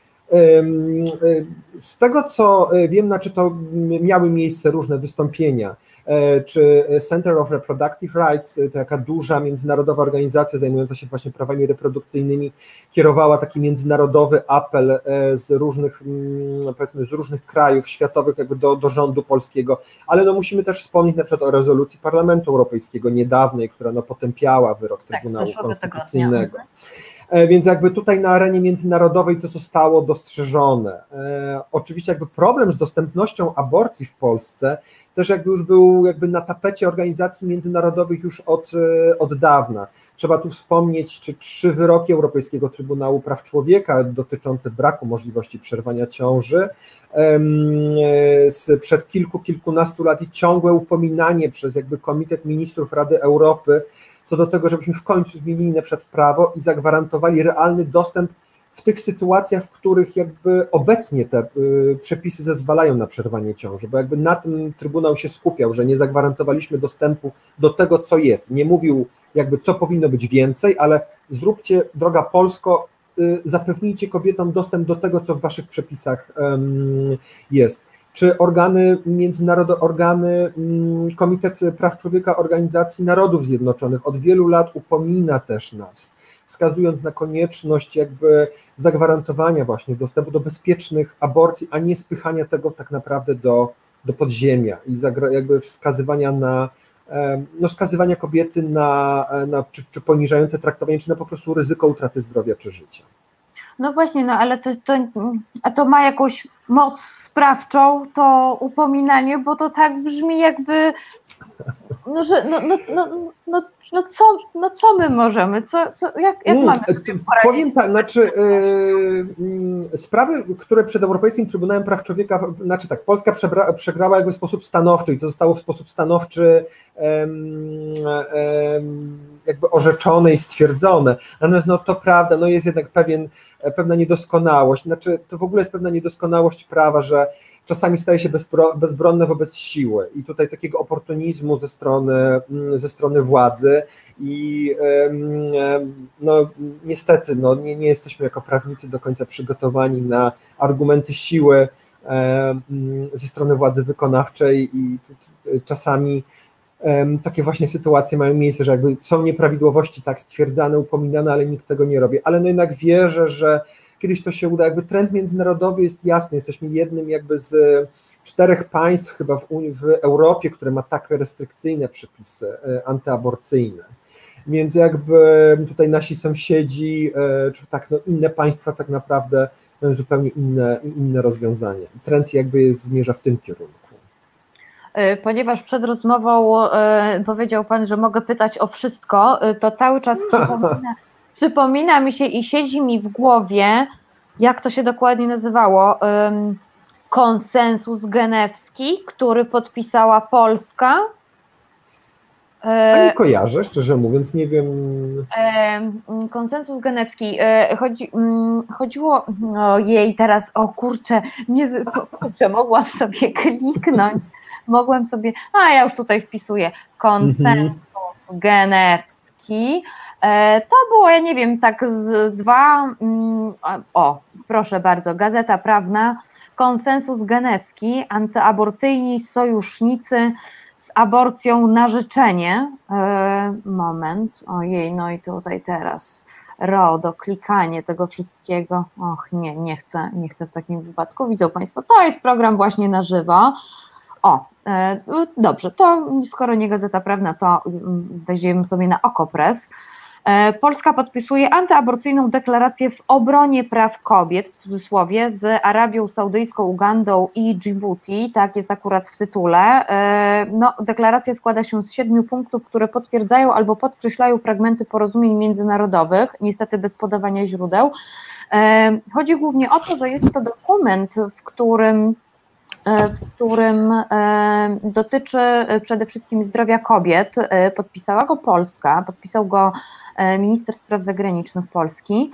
Z tego, co wiem, znaczy to miały miejsce różne wystąpienia, czy Center of Reproductive Rights, to taka duża międzynarodowa organizacja zajmująca się właśnie prawami reprodukcyjnymi, kierowała taki międzynarodowy apel z różnych, powiedzmy, z różnych krajów światowych jakby do, do rządu polskiego, ale no musimy też wspomnieć na przykład o rezolucji Parlamentu Europejskiego niedawnej, która no potępiała wyrok Trybunału tak, Konstytucyjnego. Więc jakby tutaj na arenie międzynarodowej to zostało dostrzeżone. E, oczywiście jakby problem z dostępnością aborcji w Polsce też jakby już był jakby na tapecie organizacji międzynarodowych już od, od dawna. Trzeba tu wspomnieć, czy trzy wyroki Europejskiego Trybunału Praw Człowieka dotyczące braku możliwości przerwania ciąży e, sprzed kilku, kilkunastu lat i ciągłe upominanie przez jakby Komitet Ministrów Rady Europy co do tego, żebyśmy w końcu zmienili na przykład prawo i zagwarantowali realny dostęp w tych sytuacjach, w których jakby obecnie te y, przepisy zezwalają na przerwanie ciąży, bo jakby na tym Trybunał się skupiał, że nie zagwarantowaliśmy dostępu do tego, co jest. Nie mówił jakby co powinno być więcej, ale zróbcie, droga Polsko, zapewnijcie kobietom dostęp do tego, co w waszych przepisach jest. Czy organy międzynarodowe, organy, Komitet Praw Człowieka Organizacji Narodów Zjednoczonych od wielu lat upomina też nas, wskazując na konieczność jakby zagwarantowania właśnie dostępu do bezpiecznych aborcji, a nie spychania tego tak naprawdę do, do podziemia i jakby wskazywania na no wskazywania kobiety na, na czy, czy poniżające traktowanie, czy na po prostu ryzyko utraty zdrowia czy życia. No właśnie, no ale to, to, a to ma jakąś moc sprawczą, to upominanie, bo to tak brzmi jakby, no że, no, no, no, no, no, co, no co my możemy, co, co, jak, jak mm, mamy sobie poradzić? Powiem tak, znaczy yy, sprawy, które przed Europejskim Trybunałem Praw Człowieka, znaczy tak, Polska przebra, przegrała jakby w sposób stanowczy i to zostało w sposób stanowczy yy, yy, jakby orzeczone i stwierdzone, natomiast no to prawda, no jest jednak pewien, pewna niedoskonałość, znaczy to w ogóle jest pewna niedoskonałość prawa, że czasami staje się bezbronne wobec siły i tutaj takiego oportunizmu ze strony, ze strony władzy i no niestety no, nie, nie jesteśmy jako prawnicy do końca przygotowani na argumenty siły ze strony władzy wykonawczej i czasami takie właśnie sytuacje mają miejsce, że jakby są nieprawidłowości tak stwierdzane, upominane, ale nikt tego nie robi, ale no jednak wierzę, że kiedyś to się uda, jakby trend międzynarodowy jest jasny, jesteśmy jednym jakby z czterech państw chyba w, Unii, w Europie, które ma tak restrykcyjne przepisy antyaborcyjne, więc jakby tutaj nasi sąsiedzi, czy tak no inne państwa tak naprawdę mają zupełnie inne, inne rozwiązania. Trend jakby zmierza w tym kierunku. Ponieważ przed rozmową powiedział Pan, że mogę pytać o wszystko, to cały czas przypomina, przypomina mi się i siedzi mi w głowie, jak to się dokładnie nazywało, konsensus genewski, który podpisała Polska. A nie kojarzę, szczerze mówiąc, nie wiem. Konsensus genewski. Chodzi, chodziło, ojej, teraz, o kurczę, nie, kurczę, mogłam sobie kliknąć, mogłem sobie, a ja już tutaj wpisuję, konsensus mhm. genewski. To było, ja nie wiem, tak z dwa, o, proszę bardzo, Gazeta Prawna, konsensus genewski, antyaborcyjni sojusznicy z aborcją na życzenie. Moment, ojej, no i tutaj teraz RODO, klikanie tego wszystkiego, och nie, nie chcę, nie chcę w takim wypadku, widzą Państwo, to jest program właśnie na żywo. O, dobrze, to skoro nie Gazeta Prawna, to weźmiemy sobie na Okopres. Polska podpisuje antyaborcyjną deklarację w obronie praw kobiet, w cudzysłowie, z Arabią Saudyjską, Ugandą i Dżibuti, tak jest akurat w tytule. No, deklaracja składa się z siedmiu punktów, które potwierdzają albo podkreślają fragmenty porozumień międzynarodowych, niestety bez podawania źródeł. Chodzi głównie o to, że jest to dokument, w którym w którym dotyczy przede wszystkim zdrowia kobiet. Podpisała go Polska, podpisał go minister spraw zagranicznych Polski,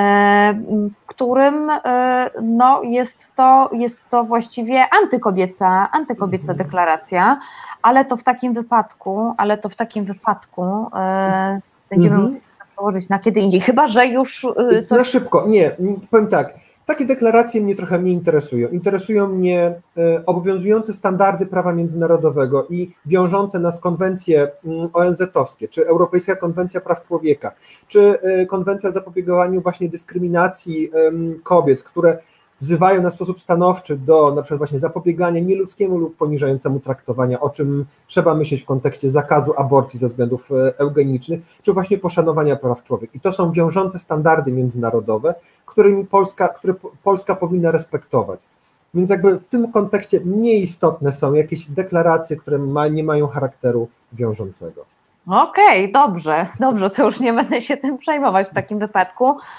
w którym no, jest, to, jest to właściwie antykobieca, antykobieca deklaracja, ale to w takim wypadku, ale to w takim wypadku będziemy mhm. położyć na kiedy indziej, chyba że już coś... Na szybko, nie, powiem tak. Takie deklaracje mnie trochę nie interesują. Interesują mnie obowiązujące standardy prawa międzynarodowego i wiążące nas konwencje O N Z-owskie, czy Europejska Konwencja Praw Człowieka, czy Konwencja o zapobieganiu właśnie dyskryminacji kobiet, które wzywają na sposób stanowczy do na przykład właśnie zapobiegania nieludzkiemu lub poniżającemu traktowania, o czym trzeba myśleć w kontekście zakazu aborcji ze względów eugenicznych, czy właśnie poszanowania praw człowieka. I to są wiążące standardy międzynarodowe, którymi Polska, które Polska powinna respektować. Więc jakby w tym kontekście mniej istotne są jakieś deklaracje, które ma, nie mają charakteru wiążącego. Okej, okay, dobrze, dobrze, to już nie będę się tym przejmować w takim wypadku.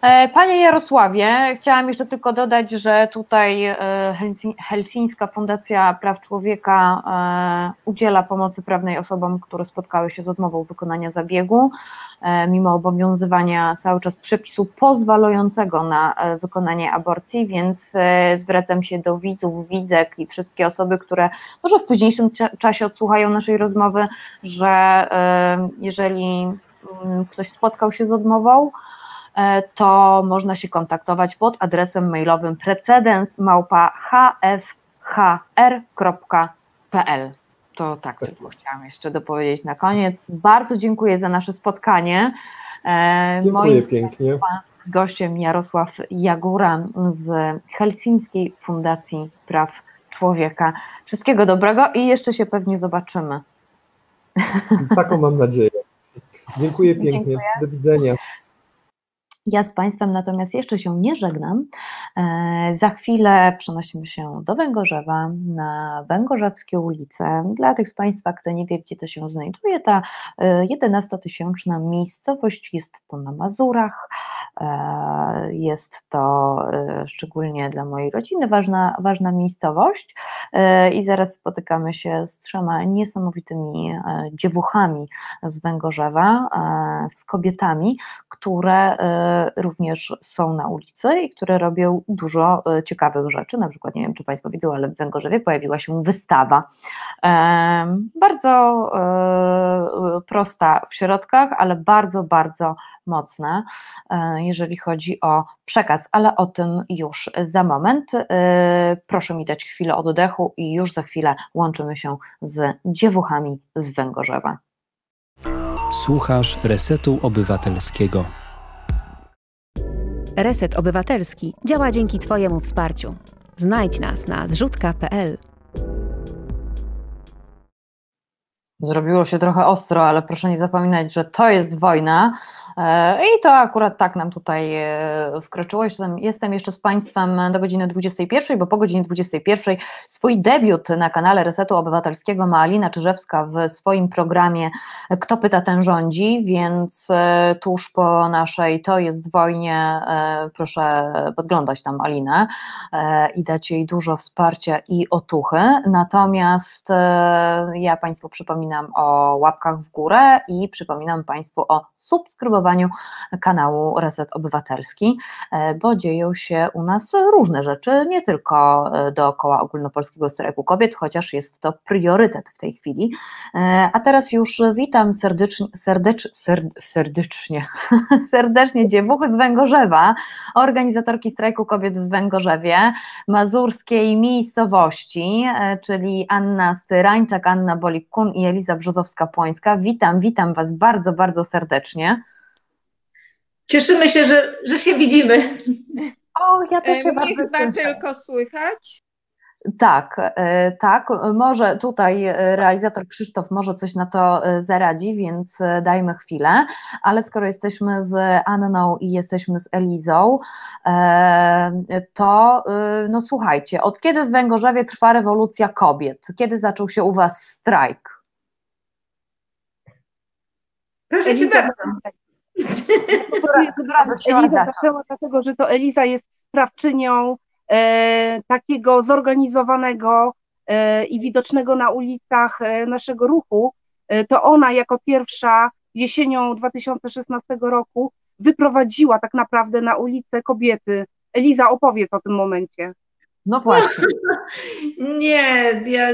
Panie Jarosławie, chciałam jeszcze tylko dodać, że tutaj Helsińska Fundacja Praw Człowieka udziela pomocy prawnej osobom, które spotkały się z odmową wykonania zabiegu, mimo obowiązywania cały czas przepisu pozwalającego na wykonanie aborcji, więc zwracam się do widzów, widzek i wszystkie osoby, które może w późniejszym czasie odsłuchają naszej rozmowy, że jeżeli ktoś spotkał się z odmową, to można się kontaktować pod adresem mailowym precedens małpa h f h r kropka p l. To tak tylko chciałam jeszcze dopowiedzieć na koniec. Bardzo dziękuję za nasze spotkanie. Dziękuję Moim pięknie. gościem Jarosław Jagóra z Helsińskiej Fundacji Praw Człowieka. Wszystkiego dobrego i jeszcze się pewnie zobaczymy. Taką mam nadzieję. Dziękuję pięknie. Dziękuję. Do widzenia. Ja z Państwem natomiast jeszcze się nie żegnam. Za chwilę przenosimy się do Węgorzewa, na Węgorzewskie ulice. Dla tych z Państwa, kto nie wie, gdzie to się znajduje, ta jedenastotysięczna miejscowość, jest to na Mazurach. Jest to szczególnie dla mojej rodziny ważna, ważna miejscowość i zaraz spotykamy się z trzema niesamowitymi dziewuchami z Węgorzewa, z kobietami, które również są na ulicy i które robią dużo ciekawych rzeczy. Na przykład, nie wiem, czy Państwo widzą, ale w Węgorzewie pojawiła się wystawa. Bardzo prosta w środkach, ale bardzo, bardzo mocna, jeżeli chodzi o przekaz, ale o tym już za moment. Proszę mi dać chwilę oddechu i już za chwilę łączymy się z dziewuchami z Węgorzewa. Słuchasz Resetu Obywatelskiego. Reset Obywatelski działa dzięki Twojemu wsparciu. Znajdź nas na zrzutka kropka p l. Zrobiło się trochę ostro, ale proszę nie zapominać, że to jest wojna i to akurat tak nam tutaj wkroczyło. Jestem jeszcze z Państwem do godziny dwudziestej pierwszej, bo po godzinie dwudziestej pierwszej swój debiut na kanale Resetu Obywatelskiego ma Alina Czyżewska w swoim programie Kto pyta, ten rządzi, więc tuż po naszej To jest wojnie proszę podglądać tam Alinę i dać jej dużo wsparcia i otuchy. Natomiast ja Państwu przypominam o łapkach w górę i przypominam Państwu o subskrybowaniu kanału Reset Obywatelski, bo dzieją się u nas różne rzeczy, nie tylko dookoła ogólnopolskiego strajku kobiet, chociaż jest to priorytet w tej chwili. A teraz już witam serdecznie, serdecz, serd, serdecznie, serdecznie dziewuchy z Węgorzewa, organizatorki strajku kobiet w Węgorzewie, mazurskiej miejscowości, czyli Anna Styrańczak, Anna Bolik-Kun i Eliza Brzozowska-Płońska. Witam, witam Was bardzo, bardzo serdecznie. Cieszymy się, że, że się widzimy. O, ja też się Mnie bardzo chyba cieszę. tylko słychać. Tak, tak, może tutaj realizator Krzysztof może coś na to zaradzi, więc dajmy chwilę, ale skoro jesteśmy z Anną i jesteśmy z Elizą, to no słuchajcie, od kiedy w Węgorzewie trwa rewolucja kobiet? Kiedy zaczął się u Was strajk? Proszę Cię bardzo. Która, która by chciała Eliza zacząć? zaczęła dlatego, że to Eliza jest sprawczynią e, takiego zorganizowanego e, i widocznego na ulicach e, naszego ruchu. E, to ona jako pierwsza jesienią dwa tysiące szesnastego roku wyprowadziła tak naprawdę na ulicę kobiety. Eliza, opowiedz o tym momencie. No właśnie. Nie, ja...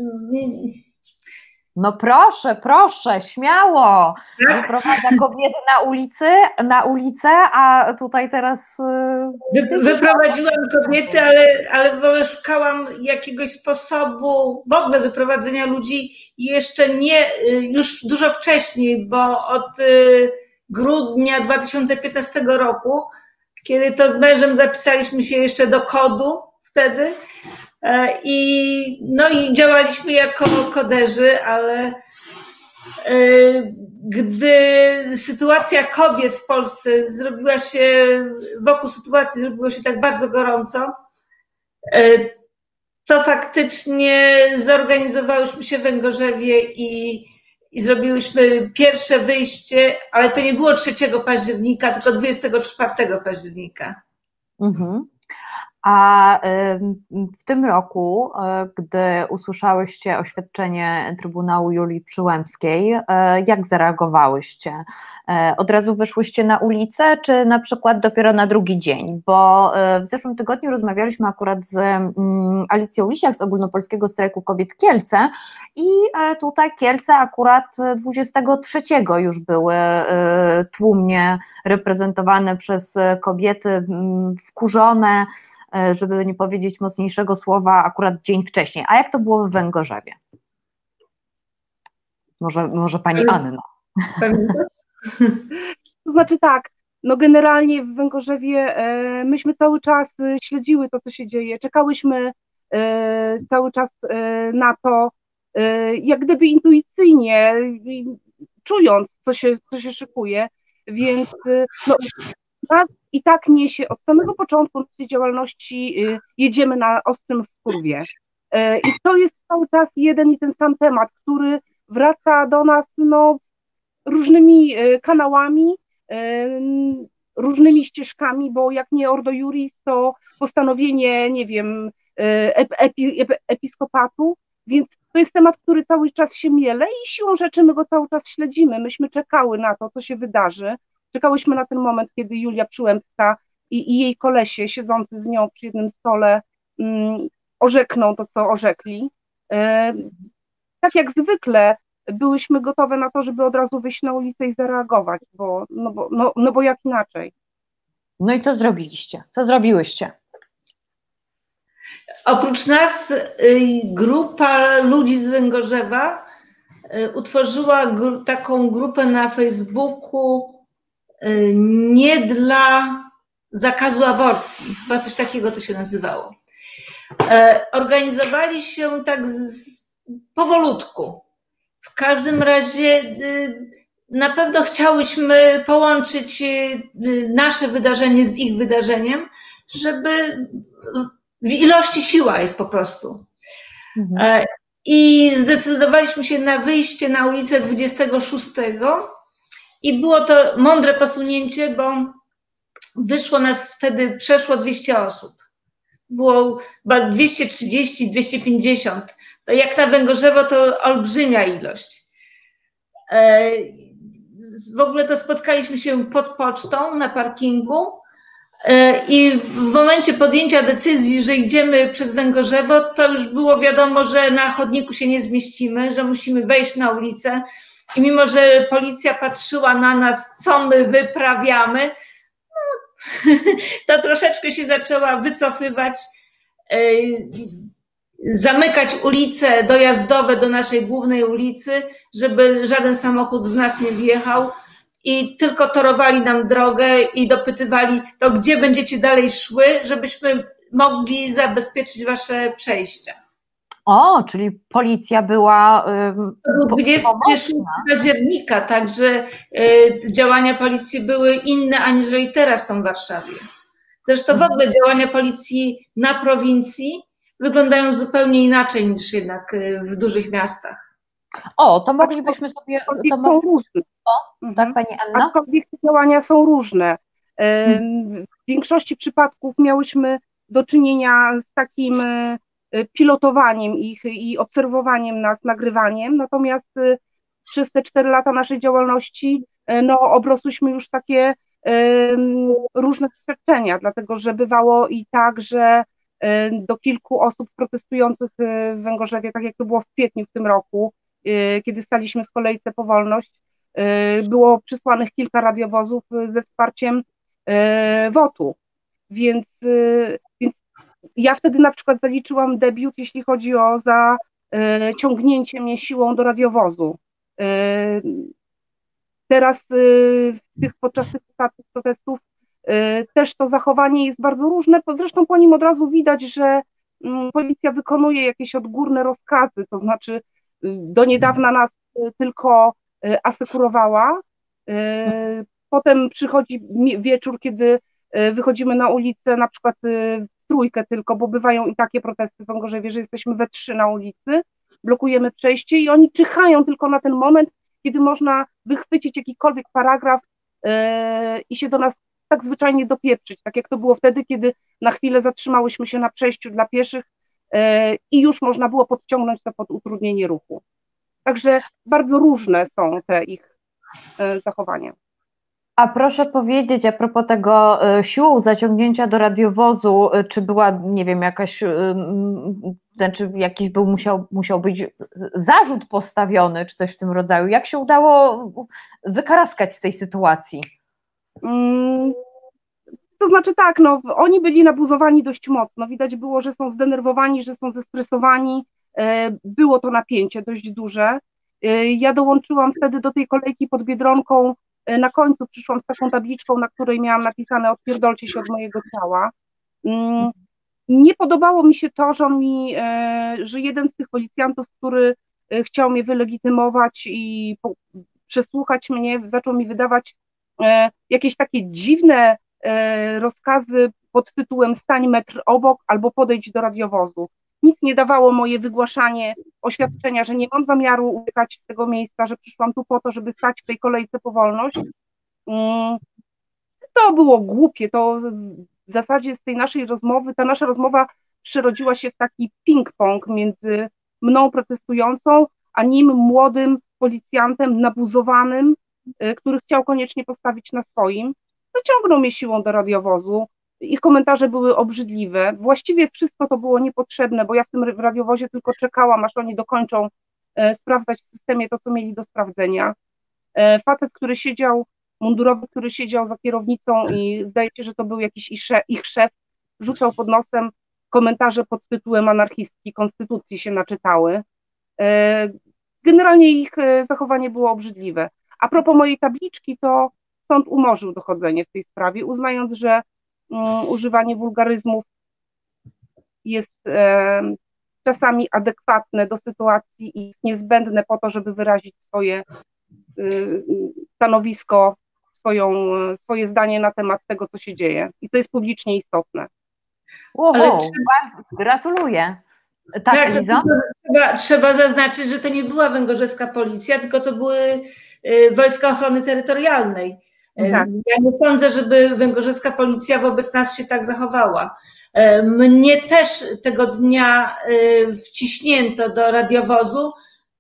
No proszę, proszę, śmiało, wyprowadza kobiety na ulicy, na ulicę, a tutaj teraz... Wy, wyprowadziłam kobiety, ale, ale w ogóle szukałam jakiegoś sposobu w ogóle wyprowadzenia ludzi jeszcze nie, już dużo wcześniej, bo od grudnia dwa tysiące piętnastego roku, kiedy to z mężem zapisaliśmy się jeszcze do kodu wtedy, I, no i działaliśmy jako koderzy, ale y, gdy sytuacja kobiet w Polsce zrobiła się, wokół sytuacji zrobiło się tak bardzo gorąco, y, to faktycznie zorganizowałyśmy się w Węgorzewie i, i zrobiłyśmy pierwsze wyjście, ale to nie było trzeciego października, tylko dwudziestego czwartego października. Mhm. A w tym roku, gdy usłyszałyście oświadczenie Trybunału Julii Przyłębskiej, jak zareagowałyście? Od razu wyszłyście na ulicę, czy na przykład dopiero na drugi dzień? Bo w zeszłym tygodniu rozmawialiśmy akurat z Alicją Lisiak z Ogólnopolskiego Strajku Kobiet Kielce i tutaj Kielce akurat dwudziestego trzeciego już były tłumnie reprezentowane przez kobiety wkurzone, żeby nie powiedzieć mocniejszego słowa, akurat dzień wcześniej. A jak to było w Węgorzewie? Może, może pani Anna? To znaczy tak, no generalnie w Węgorzewie e, myśmy cały czas śledziły to, co się dzieje, czekałyśmy e, cały czas e, na to, e, jak gdyby intuicyjnie, czując, co się, co się szykuje, więc e, no, nas i tak niesie od samego początku naszej działalności, jedziemy na ostrym wkurwie. I to jest cały czas jeden i ten sam temat, który wraca do nas no, różnymi kanałami, różnymi ścieżkami, bo jak nie Ordo Iuris, to postanowienie, nie wiem, epi, episkopatu, więc to jest temat, który cały czas się miele i siłą rzeczy my go cały czas śledzimy. Myśmy czekały na to, co się wydarzy. Czekałyśmy na ten moment, kiedy Julia Przyłębska i, i jej kolesie siedzący z nią przy jednym stole um, orzekną to, co orzekli. E, tak jak zwykle byłyśmy gotowe na to, żeby od razu wyjść na ulicę i zareagować, bo, no, bo, no, no bo jak inaczej. No i co zrobiliście? Co zrobiłyście? Oprócz nas grupa ludzi z Węgorzewa utworzyła gru- taką grupę na Facebooku nie dla zakazu aborcji, chyba coś takiego to się nazywało. Organizowali się tak z, powolutku. W każdym razie na pewno chciałyśmy połączyć nasze wydarzenie z ich wydarzeniem, żeby w ilości siła jest po prostu. Mhm. I zdecydowaliśmy się na wyjście na ulicę dwudziestego szóstego i było to mądre posunięcie, bo wyszło nas wtedy, przeszło dwieście osób. Było chyba dwieście trzydzieści, dwieście pięćdziesiąt. To jak na Węgorzewo to olbrzymia ilość. W ogóle to spotkaliśmy się pod pocztą na parkingu i w momencie podjęcia decyzji, że idziemy przez Węgorzewo, to już było wiadomo, że na chodniku się nie zmieścimy, że musimy wejść na ulicę i mimo, że policja patrzyła na nas, co my wyprawiamy, no, to troszeczkę się zaczęła wycofywać, zamykać ulice dojazdowe do naszej głównej ulicy, żeby żaden samochód w nas nie wjechał. I tylko torowali nam drogę i dopytywali, to gdzie będziecie dalej szły, żebyśmy mogli zabezpieczyć wasze przejścia. O, czyli policja była... To był dwudziestego szóstego października, także y, działania policji były inne, aniżeli teraz są w Warszawie. Zresztą w ogóle działania policji na prowincji wyglądają zupełnie inaczej niż jednak w dużych miastach. O, to moglibyśmy sobie... To są różne. O, tak, pani Anna? Aczkolwiek te działania są różne. W większości przypadków miałyśmy do czynienia z takim pilotowaniem ich i obserwowaniem nas, nagrywaniem, natomiast przez te cztery lata naszej działalności no, obrosłyśmy już takie różne doświadczenia, dlatego że bywało i tak, że do kilku osób protestujących w Węgorzewie, tak jak to było w kwietniu w tym roku, kiedy staliśmy w kolejce po wolność, było przysłanych kilka radiowozów ze wsparciem wotu, więc, więc ja wtedy na przykład zaliczyłam debiut, jeśli chodzi o zaciągnięcie mnie siłą do radiowozu. Teraz w tych, podczas tych ostatnich protestów też to zachowanie jest bardzo różne, zresztą po nim od razu widać, że policja wykonuje jakieś odgórne rozkazy, to znaczy do niedawna nas tylko asekurowała, potem przychodzi wieczór, kiedy wychodzimy na ulicę na przykład w trójkę tylko, bo bywają i takie protesty w Węgorzewie, że jesteśmy we trzy na ulicy, blokujemy przejście i oni czyhają tylko na ten moment, kiedy można wychwycić jakikolwiek paragraf i się do nas tak zwyczajnie dopieprzyć, tak jak to było wtedy, kiedy na chwilę zatrzymałyśmy się na przejściu dla pieszych i już można było podciągnąć to pod utrudnienie ruchu. Także bardzo różne są te ich zachowania. A proszę powiedzieć, a propos tego siłą zaciągnięcia do radiowozu, czy była, nie wiem, jakaś, znaczy jakiś był, musiał, musiał być zarzut postawiony, czy coś w tym rodzaju? Jak się udało wykaraskać z tej sytuacji? Hmm, to znaczy tak, no, oni byli nabuzowani dość mocno, widać było, że są zdenerwowani, że są zestresowani, było to napięcie dość duże. Ja dołączyłam wtedy do tej kolejki pod Biedronką. Na końcu przyszłam z taką tabliczką, na której miałam napisane: odpierdolcie się od mojego ciała. Nie podobało mi się to, że on mi, że jeden z tych policjantów, który chciał mnie wylegitymować i przesłuchać mnie, zaczął mi wydawać jakieś takie dziwne rozkazy pod tytułem stań metr obok albo podejdź do radiowozu. Nic nie dawało moje wygłaszanie oświadczenia, że nie mam zamiaru uciekać z tego miejsca, że przyszłam tu po to, żeby stać w tej kolejce po wolność. To było głupie, to w zasadzie z tej naszej rozmowy, ta nasza rozmowa przerodziła się w taki ping-pong między mną protestującą, a nim młodym policjantem nabuzowanym, który chciał koniecznie postawić na swoim. Zaciągnął mnie siłą do radiowozu. Ich komentarze były obrzydliwe. Właściwie wszystko to było niepotrzebne, bo ja w tym radiowozie tylko czekałam, aż oni dokończą e, sprawdzać w systemie to, co mieli do sprawdzenia. E, facet, który siedział, mundurowy, który siedział za kierownicą i zdaje się, że to był jakiś ich szef, ich szef, rzucał pod nosem komentarze pod tytułem anarchistki konstytucji się naczytały. E, generalnie ich e, zachowanie było obrzydliwe. A propos mojej tabliczki, to sąd umorzył dochodzenie w tej sprawie, uznając, że um, używanie wulgaryzmów jest e, czasami adekwatne do sytuacji i jest niezbędne po to, żeby wyrazić swoje y, stanowisko, swoją, swoje zdanie na temat tego, co się dzieje. I to jest publicznie istotne. Wow, Ale gratuluję. Tak, Tak, Elizo? trzeba, trzeba zaznaczyć, że to nie była węgorzeska policja, tylko to były y, Wojska Ochrony Terytorialnej. Tak. Ja nie sądzę, żeby węgorzeska policja wobec nas się tak zachowała. Mnie też tego dnia wciśnięto do radiowozu,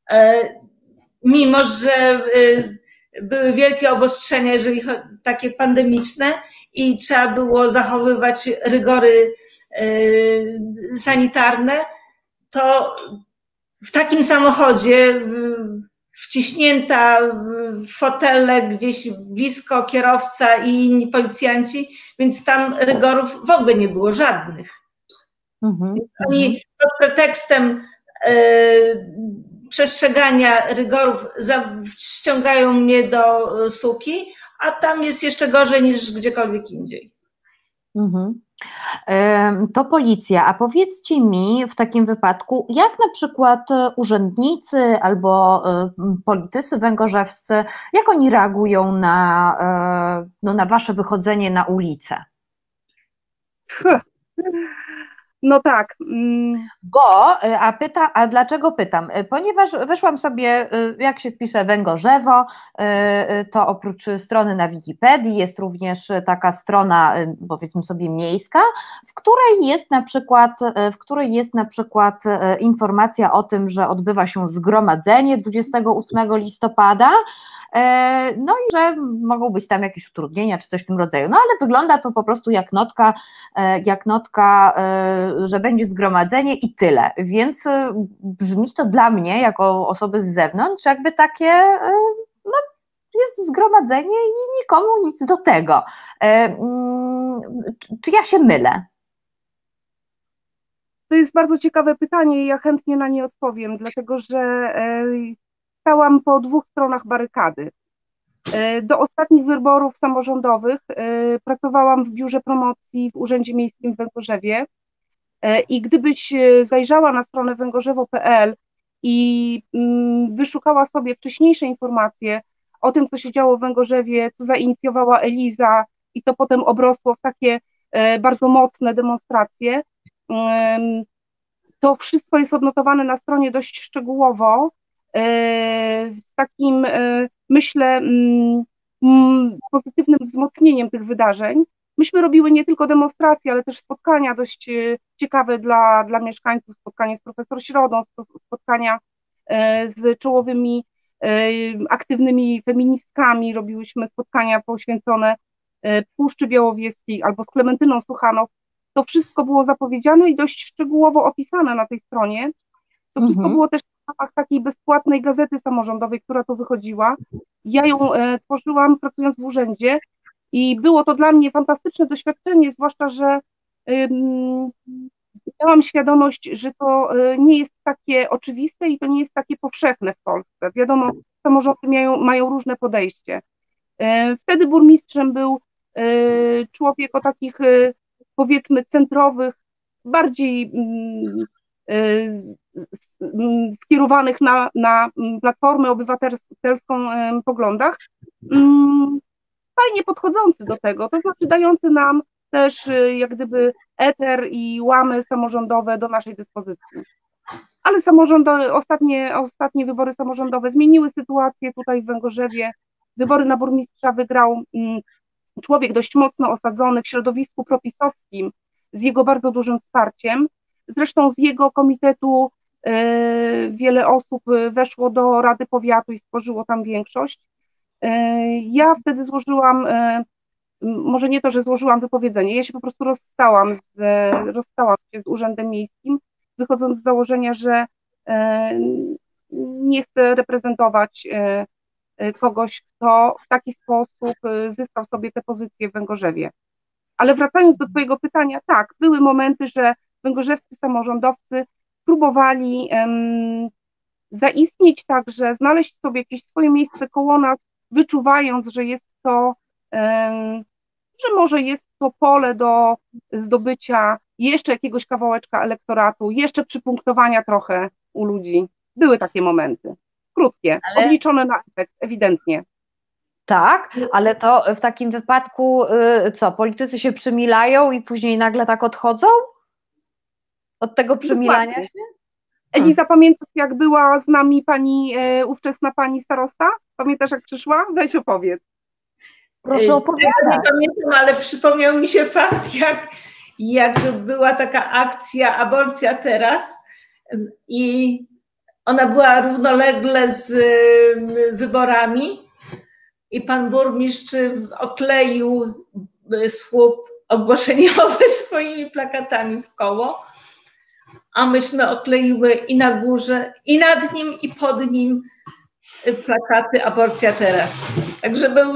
mimo że były wielkie obostrzenia, jeżeli takie pandemiczne, i trzeba było zachowywać rygory sanitarne, to w takim samochodzie wciśnięta w fotele gdzieś blisko kierowca i inni policjanci, więc tam rygorów w ogóle nie było żadnych. Mm-hmm. Oni pod pretekstem y, przestrzegania rygorów za, ściągają mnie do Suki, a tam jest jeszcze gorzej niż gdziekolwiek indziej. Mm-hmm. To policja, a powiedzcie mi w takim wypadku, jak na przykład urzędnicy albo politycy węgorzewscy, jak oni reagują na, no, na wasze wychodzenie na ulicę? No tak. Bo, a, pyta, a dlaczego pytam? Ponieważ weszłam sobie, jak się wpisze Węgorzewo, to oprócz strony na Wikipedii jest również taka strona, powiedzmy sobie, miejska, w której jest na przykład, w której jest na przykład informacja o tym, że odbywa się zgromadzenie dwudziestego ósmego listopada, no i że mogą być tam jakieś utrudnienia czy coś w tym rodzaju, no ale wygląda to po prostu jak notka, jak notka, że będzie zgromadzenie i tyle, więc brzmi to dla mnie jako osoby z zewnątrz jakby takie, no jest zgromadzenie i nikomu nic do tego. Czy ja się mylę? To jest bardzo ciekawe pytanie i ja chętnie na nie odpowiem, dlatego że stałam po dwóch stronach barykady. Do ostatnich wyborów samorządowych pracowałam w biurze promocji w Urzędzie Miejskim w Węgorzewie i gdybyś zajrzała na stronę węgorzewo kropka pe el i wyszukała sobie wcześniejsze informacje o tym, co się działo w Węgorzewie, co zainicjowała Eliza i co potem obrosło w takie bardzo mocne demonstracje, to wszystko jest odnotowane na stronie dość szczegółowo z takim, myślę, pozytywnym wzmocnieniem tych wydarzeń. Myśmy robiły nie tylko demonstracje, ale też spotkania dość ciekawe dla, dla mieszkańców, spotkanie z profesor Środą, spotkania z czołowymi aktywnymi feministkami, robiłyśmy spotkania poświęcone Puszczy Białowieskiej albo z Klementyną Suchanow. To wszystko było zapowiedziane i dość szczegółowo opisane na tej stronie. To mhm. wszystko było też w ramach takiej bezpłatnej gazety samorządowej, która tu wychodziła. Ja ją e, tworzyłam pracując w urzędzie i było to dla mnie fantastyczne doświadczenie, zwłaszcza, że e, miałam świadomość, że to e, nie jest takie oczywiste i to nie jest takie powszechne w Polsce. Wiadomo, samorządy mają, mają różne podejście. E, wtedy burmistrzem był e, człowiek o takich, e, powiedzmy, centrowych, bardziej skierowanych na, na Platformę Obywatelską poglądach, fajnie podchodzący do tego, to znaczy dający nam też jak gdyby eter i łamy samorządowe do naszej dyspozycji. Ale samorządy, ostatnie, ostatnie wybory samorządowe zmieniły sytuację tutaj w Węgorzewie. Wybory na burmistrza wygrał człowiek dość mocno osadzony w środowisku propisowskim, z jego bardzo dużym wsparciem. Zresztą z jego komitetu e, wiele osób weszło do Rady Powiatu i stworzyło tam większość. E, ja wtedy złożyłam, e, może nie to, że złożyłam wypowiedzenie, ja się po prostu rozstałam, z, rozstałam się z Urzędem Miejskim, wychodząc z założenia, że e, nie chcę reprezentować e, kogoś, kto w taki sposób zyskał sobie tę pozycję w Węgorzewie. Ale wracając do twojego pytania, tak, były momenty, że węgorzewscy samorządowcy próbowali um, zaistnieć także, znaleźć sobie jakieś swoje miejsce koło nas, wyczuwając, że jest to, um, że może jest to pole do zdobycia jeszcze jakiegoś kawałeczka elektoratu, jeszcze przypunktowania trochę u ludzi. Były takie momenty, krótkie, ale... obliczone na efekt, ewidentnie. Tak, ale to w takim wypadku co, politycy się przymilają i później nagle tak odchodzą? Od tego przymilania Dokładnie. się? Eliza, pamiętasz, jak była z nami pani, e, ówczesna pani starosta? Pamiętasz, jak przyszła? Weź opowiedz. Proszę opowiadać. Ja nie pamiętam, ale przypomniał mi się fakt, jak, jak była taka akcja Aborcja Teraz i ona była równolegle z wyborami i pan burmistrz okleił słup ogłoszeniowy swoimi plakatami w koło, a myśmy okleiły i na górze, i nad nim, i pod nim plakaty Aborcja Teraz. Także był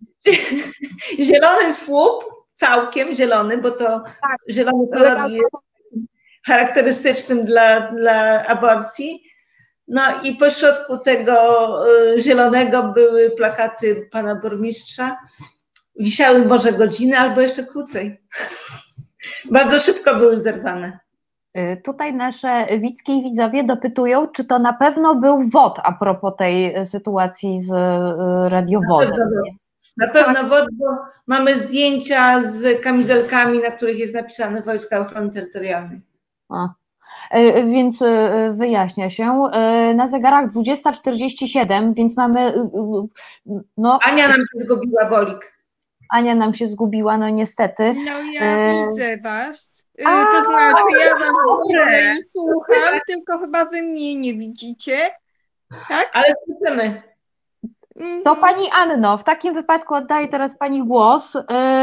zielony słup, całkiem zielony, bo to tak, zielony kolor jest charakterystycznym dla, dla aborcji. No i pośrodku tego zielonego były plakaty pana burmistrza. Wisiały może godziny albo jeszcze krócej. Bardzo szybko były zerwane. Tutaj nasze widzkie i widzowie dopytują, czy to na pewno był W O T a propos tej sytuacji z radiowozem. Na pewno, na pewno W O T, bo mamy zdjęcia z kamizelkami, na których jest napisane Wojska Ochrony Terytorialnej. A. Więc wyjaśnia się, na zegarach dwudziesta czterdzieści siedem, więc mamy... No, Ania nam się zgubiła, Bolik. Ania nam się zgubiła, no niestety. No ja e... widzę was, A, to znaczy ja was widzę i słucham, tylko chyba wy mnie nie widzicie, tak? Ale słyszymy. To pani Anno, w takim wypadku oddaję teraz pani głos.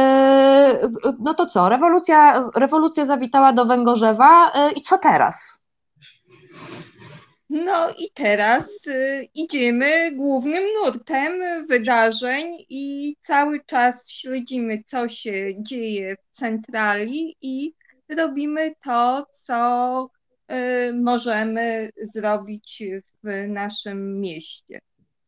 No to co, rewolucja, rewolucja zawitała do Węgorzewa i co teraz? No i teraz y, idziemy głównym nurtem wydarzeń i cały czas śledzimy, co się dzieje w centrali i robimy to, co y, możemy zrobić w naszym mieście.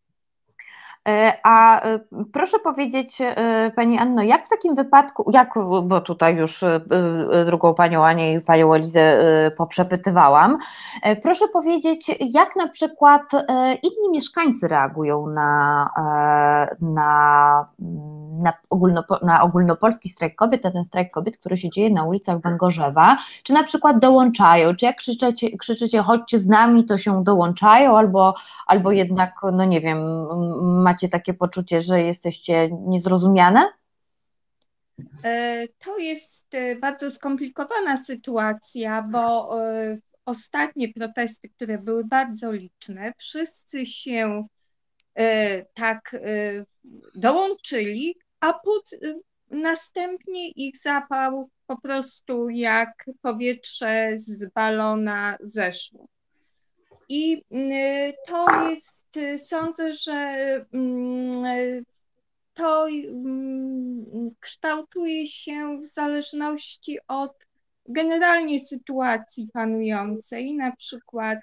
A proszę powiedzieć, pani Anno, jak w takim wypadku, jak, bo tutaj już drugą panią Anię i panią Elizę poprzepytywałam, proszę powiedzieć, jak na przykład inni mieszkańcy reagują na, na, na, ogólnopo, na ogólnopolski strajk kobiet, na ten strajk kobiet, który się dzieje na ulicach Węgorzewa, czy na przykład dołączają, czy jak krzyczycie, krzyczycie chodźcie z nami, to się dołączają, albo, albo jednak, no nie wiem, macie takie poczucie, że jesteście niezrozumiane? To jest bardzo skomplikowana sytuacja, bo ostatnie protesty, które były bardzo liczne, wszyscy się tak dołączyli, a pod, następnie ich zapał po prostu jak powietrze z balona zeszło. I to jest, sądzę, że to kształtuje się w zależności od generalnie sytuacji panującej, na przykład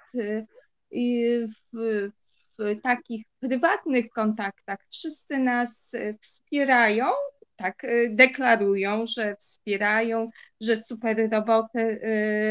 w, w takich prywatnych kontaktach wszyscy nas wspierają, tak deklarują, że wspierają, że super robotę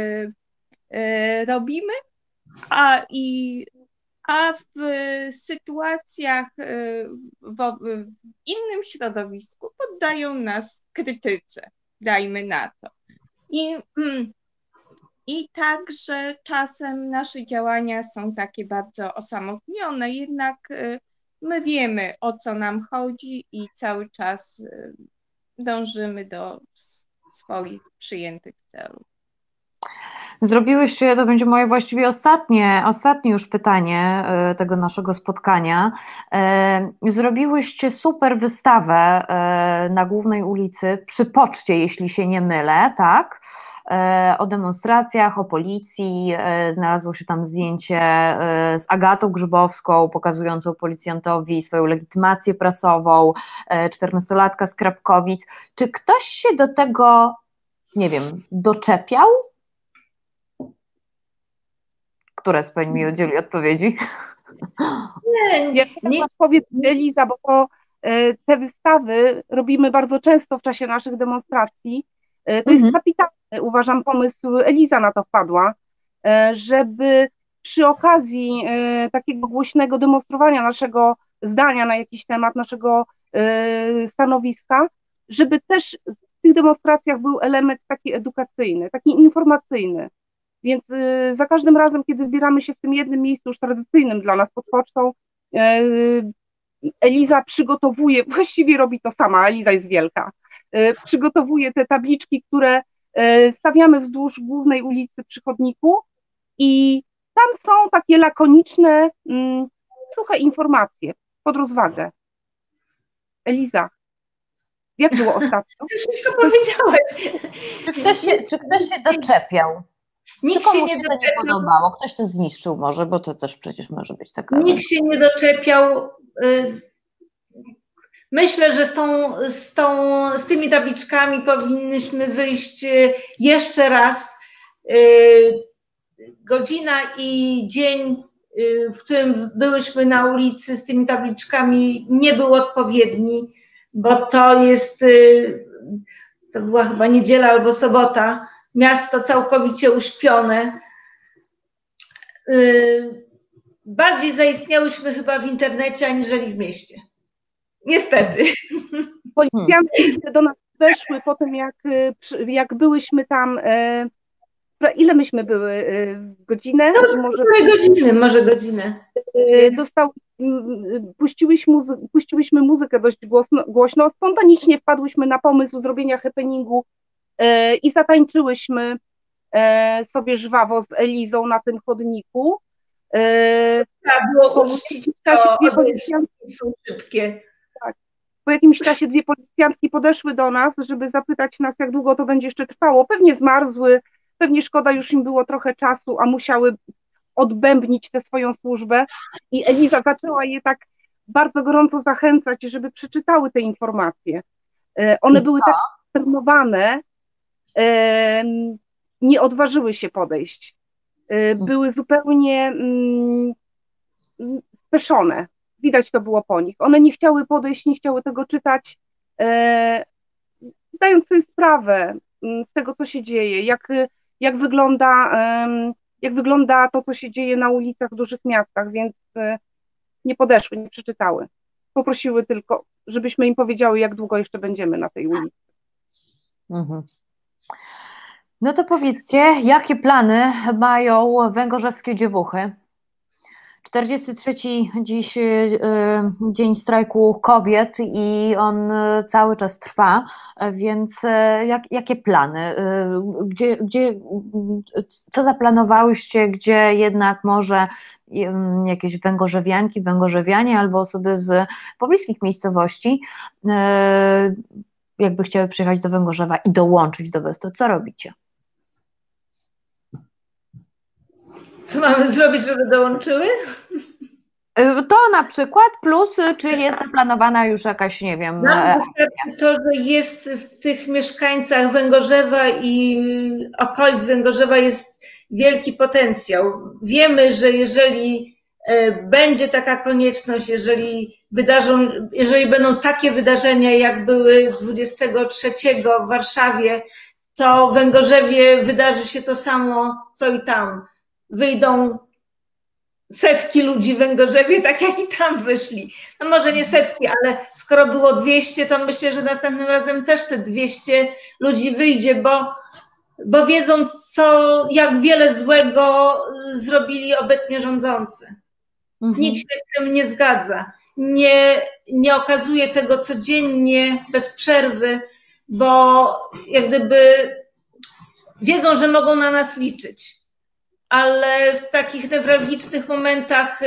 robimy, a i a w sytuacjach w, w innym środowisku poddają nas krytyce, dajmy na to. I, i także czasem nasze działania są takie bardzo osamotnione, jednak my wiemy, o co nam chodzi i cały czas dążymy do swoich przyjętych celów. Zrobiłyście, to będzie moje właściwie ostatnie, ostatnie już pytanie tego naszego spotkania. Zrobiłyście super wystawę na Głównej ulicy przy Poczcie, jeśli się nie mylę, tak? O demonstracjach, o policji, znalazło się tam zdjęcie z Agatą Grzybowską pokazującą policjantowi swoją legitymację prasową, czternastolatka z Krapkowic. Czy ktoś się do tego, nie wiem, doczepiał? Która z Pani mi udzieli odpowiedzi? Nie, nie, nie. Odpowiedź Eliza, bo to, te wystawy robimy bardzo często w czasie naszych demonstracji. To mhm. jest kapitalny, uważam, pomysł, Eliza na to wpadła, żeby przy okazji takiego głośnego demonstrowania naszego zdania na jakiś temat, naszego stanowiska, żeby też w tych demonstracjach był element taki edukacyjny, taki informacyjny. Więc za każdym razem, kiedy zbieramy się w tym jednym miejscu już tradycyjnym dla nas pod pocztą, Eliza przygotowuje, właściwie robi to sama, Eliza jest wielka, przygotowuje te tabliczki, które stawiamy wzdłuż Głównej ulicy przy chodniku i tam są takie lakoniczne, suche informacje pod rozwagę. Eliza, jak było ostatnio? Wszystko powiedziałeś. Czy ktoś się, czy ktoś się doczepiał? Nikt Czy się komuś nie to doczepiał. nie podobało? Ktoś to zniszczył może, bo to też przecież może być taka... Nikt się nie doczepiał. Myślę, że z, tą, z, tą, z tymi tabliczkami powinnyśmy wyjść jeszcze raz. Godzina i dzień, w którym byłyśmy na ulicy z tymi tabliczkami, nie był odpowiedni, bo to jest, to była chyba niedziela albo sobota, miasto całkowicie uśpione. Bardziej zaistniałyśmy chyba w internecie, aniżeli w mieście. Niestety. Policjanci do nas weszły po tym, jak, jak byłyśmy tam. Ile myśmy były? Godzinę? No, może godziny, może godzinę. Dostał, puściłyśmy, muzy puściłyśmy muzykę dość głośno, głośno. Spontanicznie wpadłyśmy na pomysł zrobienia happeningu i zatańczyłyśmy sobie żwawo z Elizą na tym chodniku. Trzeba było uczcić to, dwie policjantki są szybkie. Tak. Po jakimś czasie dwie policjantki podeszły do nas, żeby zapytać nas, jak długo to będzie jeszcze trwało. Pewnie zmarzły, pewnie szkoda już im było trochę czasu, a musiały odbębnić tę swoją służbę. I Eliza zaczęła je tak bardzo gorąco zachęcać, żeby przeczytały te informacje. One były tak sformowane, nie odważyły się podejść. Były zupełnie speszone. Widać to było po nich. One nie chciały podejść, nie chciały tego czytać, zdając sobie sprawę z tego, co się dzieje, jak, jak, wygląda, jak wygląda to, co się dzieje na ulicach w dużych miastach, więc nie podeszły, nie przeczytały. poprosiły tylko, żebyśmy im powiedziały, jak długo jeszcze będziemy na tej ulicy. Mhm. No to powiedzcie, jakie plany mają węgorzewskie dziewuchy? czterdziesty trzeci dziś y, dzień strajku kobiet i on y, cały czas trwa, więc y, jak, jakie plany? Y, gdzie, gdzie, y, co zaplanowałyście, gdzie jednak może y, jakieś węgorzewianki, węgorzewianie albo osoby z pobliskich miejscowości y, jakby chciały przyjechać do Węgorzewa i dołączyć do was, to co robicie? Co mamy zrobić, żeby dołączyły? To na przykład, plus czy jest zaplanowana już jakaś, nie wiem... Nam wystarczy to, że jest w tych mieszkańcach Węgorzewa i okolic Węgorzewa jest wielki potencjał. Wiemy, że jeżeli będzie taka konieczność, jeżeli wydarzą, jeżeli będą takie wydarzenia, jak były dwudziestego trzeciego w Warszawie, to w Węgorzewie wydarzy się to samo, co i tam. Wyjdą setki ludzi w Węgorzewie, tak jak i tam wyszli. No może nie setki, ale skoro było dwieście, to myślę, że następnym razem też te dwieście ludzi wyjdzie, bo, bo wiedzą, co, jak wiele złego zrobili obecnie rządzący. Mhm. Nikt się z tym nie zgadza. Nie, nie okazuje tego codziennie, bez przerwy, bo jak gdyby wiedzą, że mogą na nas liczyć. Ale w takich newralgicznych momentach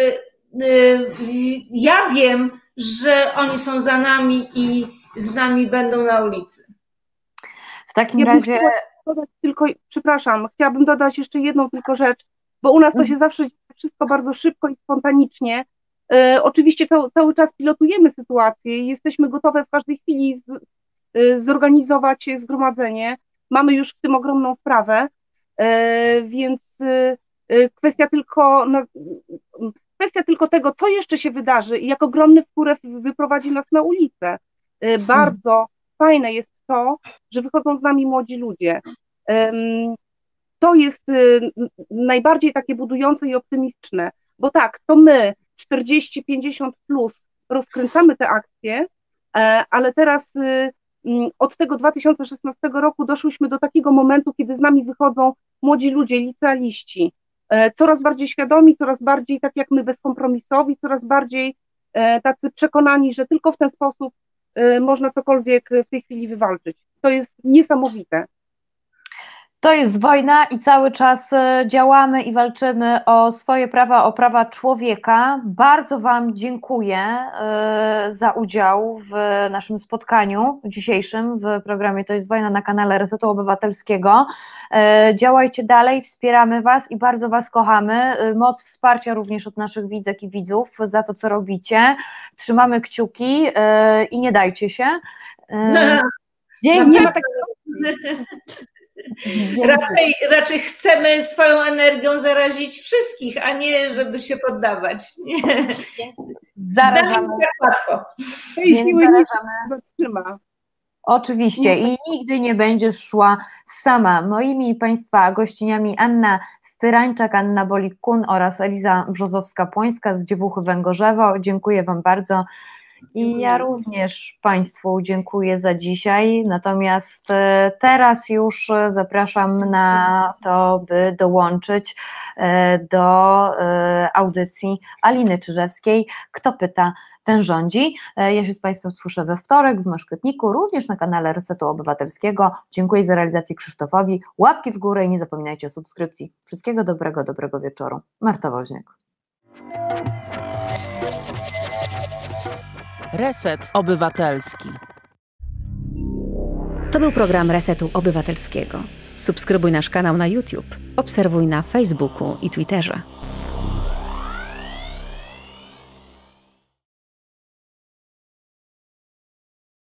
ja wiem, że oni są za nami i z nami będą na ulicy. W takim ja razie... Dodać tylko, przepraszam, chciałabym dodać jeszcze jedną tylko rzecz, bo u nas to się zawsze dzieje wszystko bardzo szybko i spontanicznie. E, oczywiście to, cały czas pilotujemy sytuację i jesteśmy gotowe w każdej chwili z, e, zorganizować zgromadzenie. Mamy już w tym ogromną wprawę. Więc kwestia tylko, kwestia tylko tego, co jeszcze się wydarzy i jak ogromny wpływ wyprowadzi nas na ulicę. Bardzo hmm. fajne jest to, że wychodzą z nami młodzi ludzie. To jest najbardziej takie budujące i optymistyczne, bo tak, to my czterdzieści pięćdziesiąt plus rozkręcamy te akcje, ale teraz od tego dwa tysiące szesnastego roku doszłyśmy do takiego momentu, kiedy z nami wychodzą młodzi ludzie, licealiści, coraz bardziej świadomi, coraz bardziej tak jak my bezkompromisowi, coraz bardziej tacy przekonani, że tylko w ten sposób można cokolwiek w tej chwili wywalczyć. To jest niesamowite. To jest wojna i cały czas działamy i walczymy o swoje prawa, o prawa człowieka. Bardzo Wam dziękuję za udział w naszym spotkaniu dzisiejszym w programie To jest wojna na kanale Resetu Obywatelskiego. Działajcie dalej, wspieramy Was i bardzo Was kochamy. Moc wsparcia również od naszych widzek i widzów za to, co robicie. Trzymamy kciuki i nie dajcie się. Dzięki. Nie ma takiego... Raczej, raczej chcemy swoją energią zarazić wszystkich, a nie żeby się poddawać. Nie. Zarażamy. Tak łatwo. Tej siły nie zatrzyma. Oczywiście i nigdy nie będziesz szła sama. Moimi i Państwa gościniami Anna Styrańczak, Anna Bolik-Kun oraz Eliza Brzozowska-Płońska z Dziewuchy Węgorzewo. Dziękuję Wam bardzo. I ja również Państwu dziękuję za dzisiaj, natomiast teraz już zapraszam na to, by dołączyć do audycji Aliny Czyżewskiej. Kto pyta, ten rządzi. Ja się z Państwem słyszę we wtorek w Moszketniku, również na kanale Resetu Obywatelskiego. Dziękuję za realizację Krzysztofowi. Łapki w górę i nie zapominajcie o subskrypcji. Wszystkiego dobrego, dobrego wieczoru. Marta Woźniak. Reset Obywatelski. To był program Resetu Obywatelskiego. Subskrybuj nasz kanał na YouTube, obserwuj na Facebooku i Twitterze.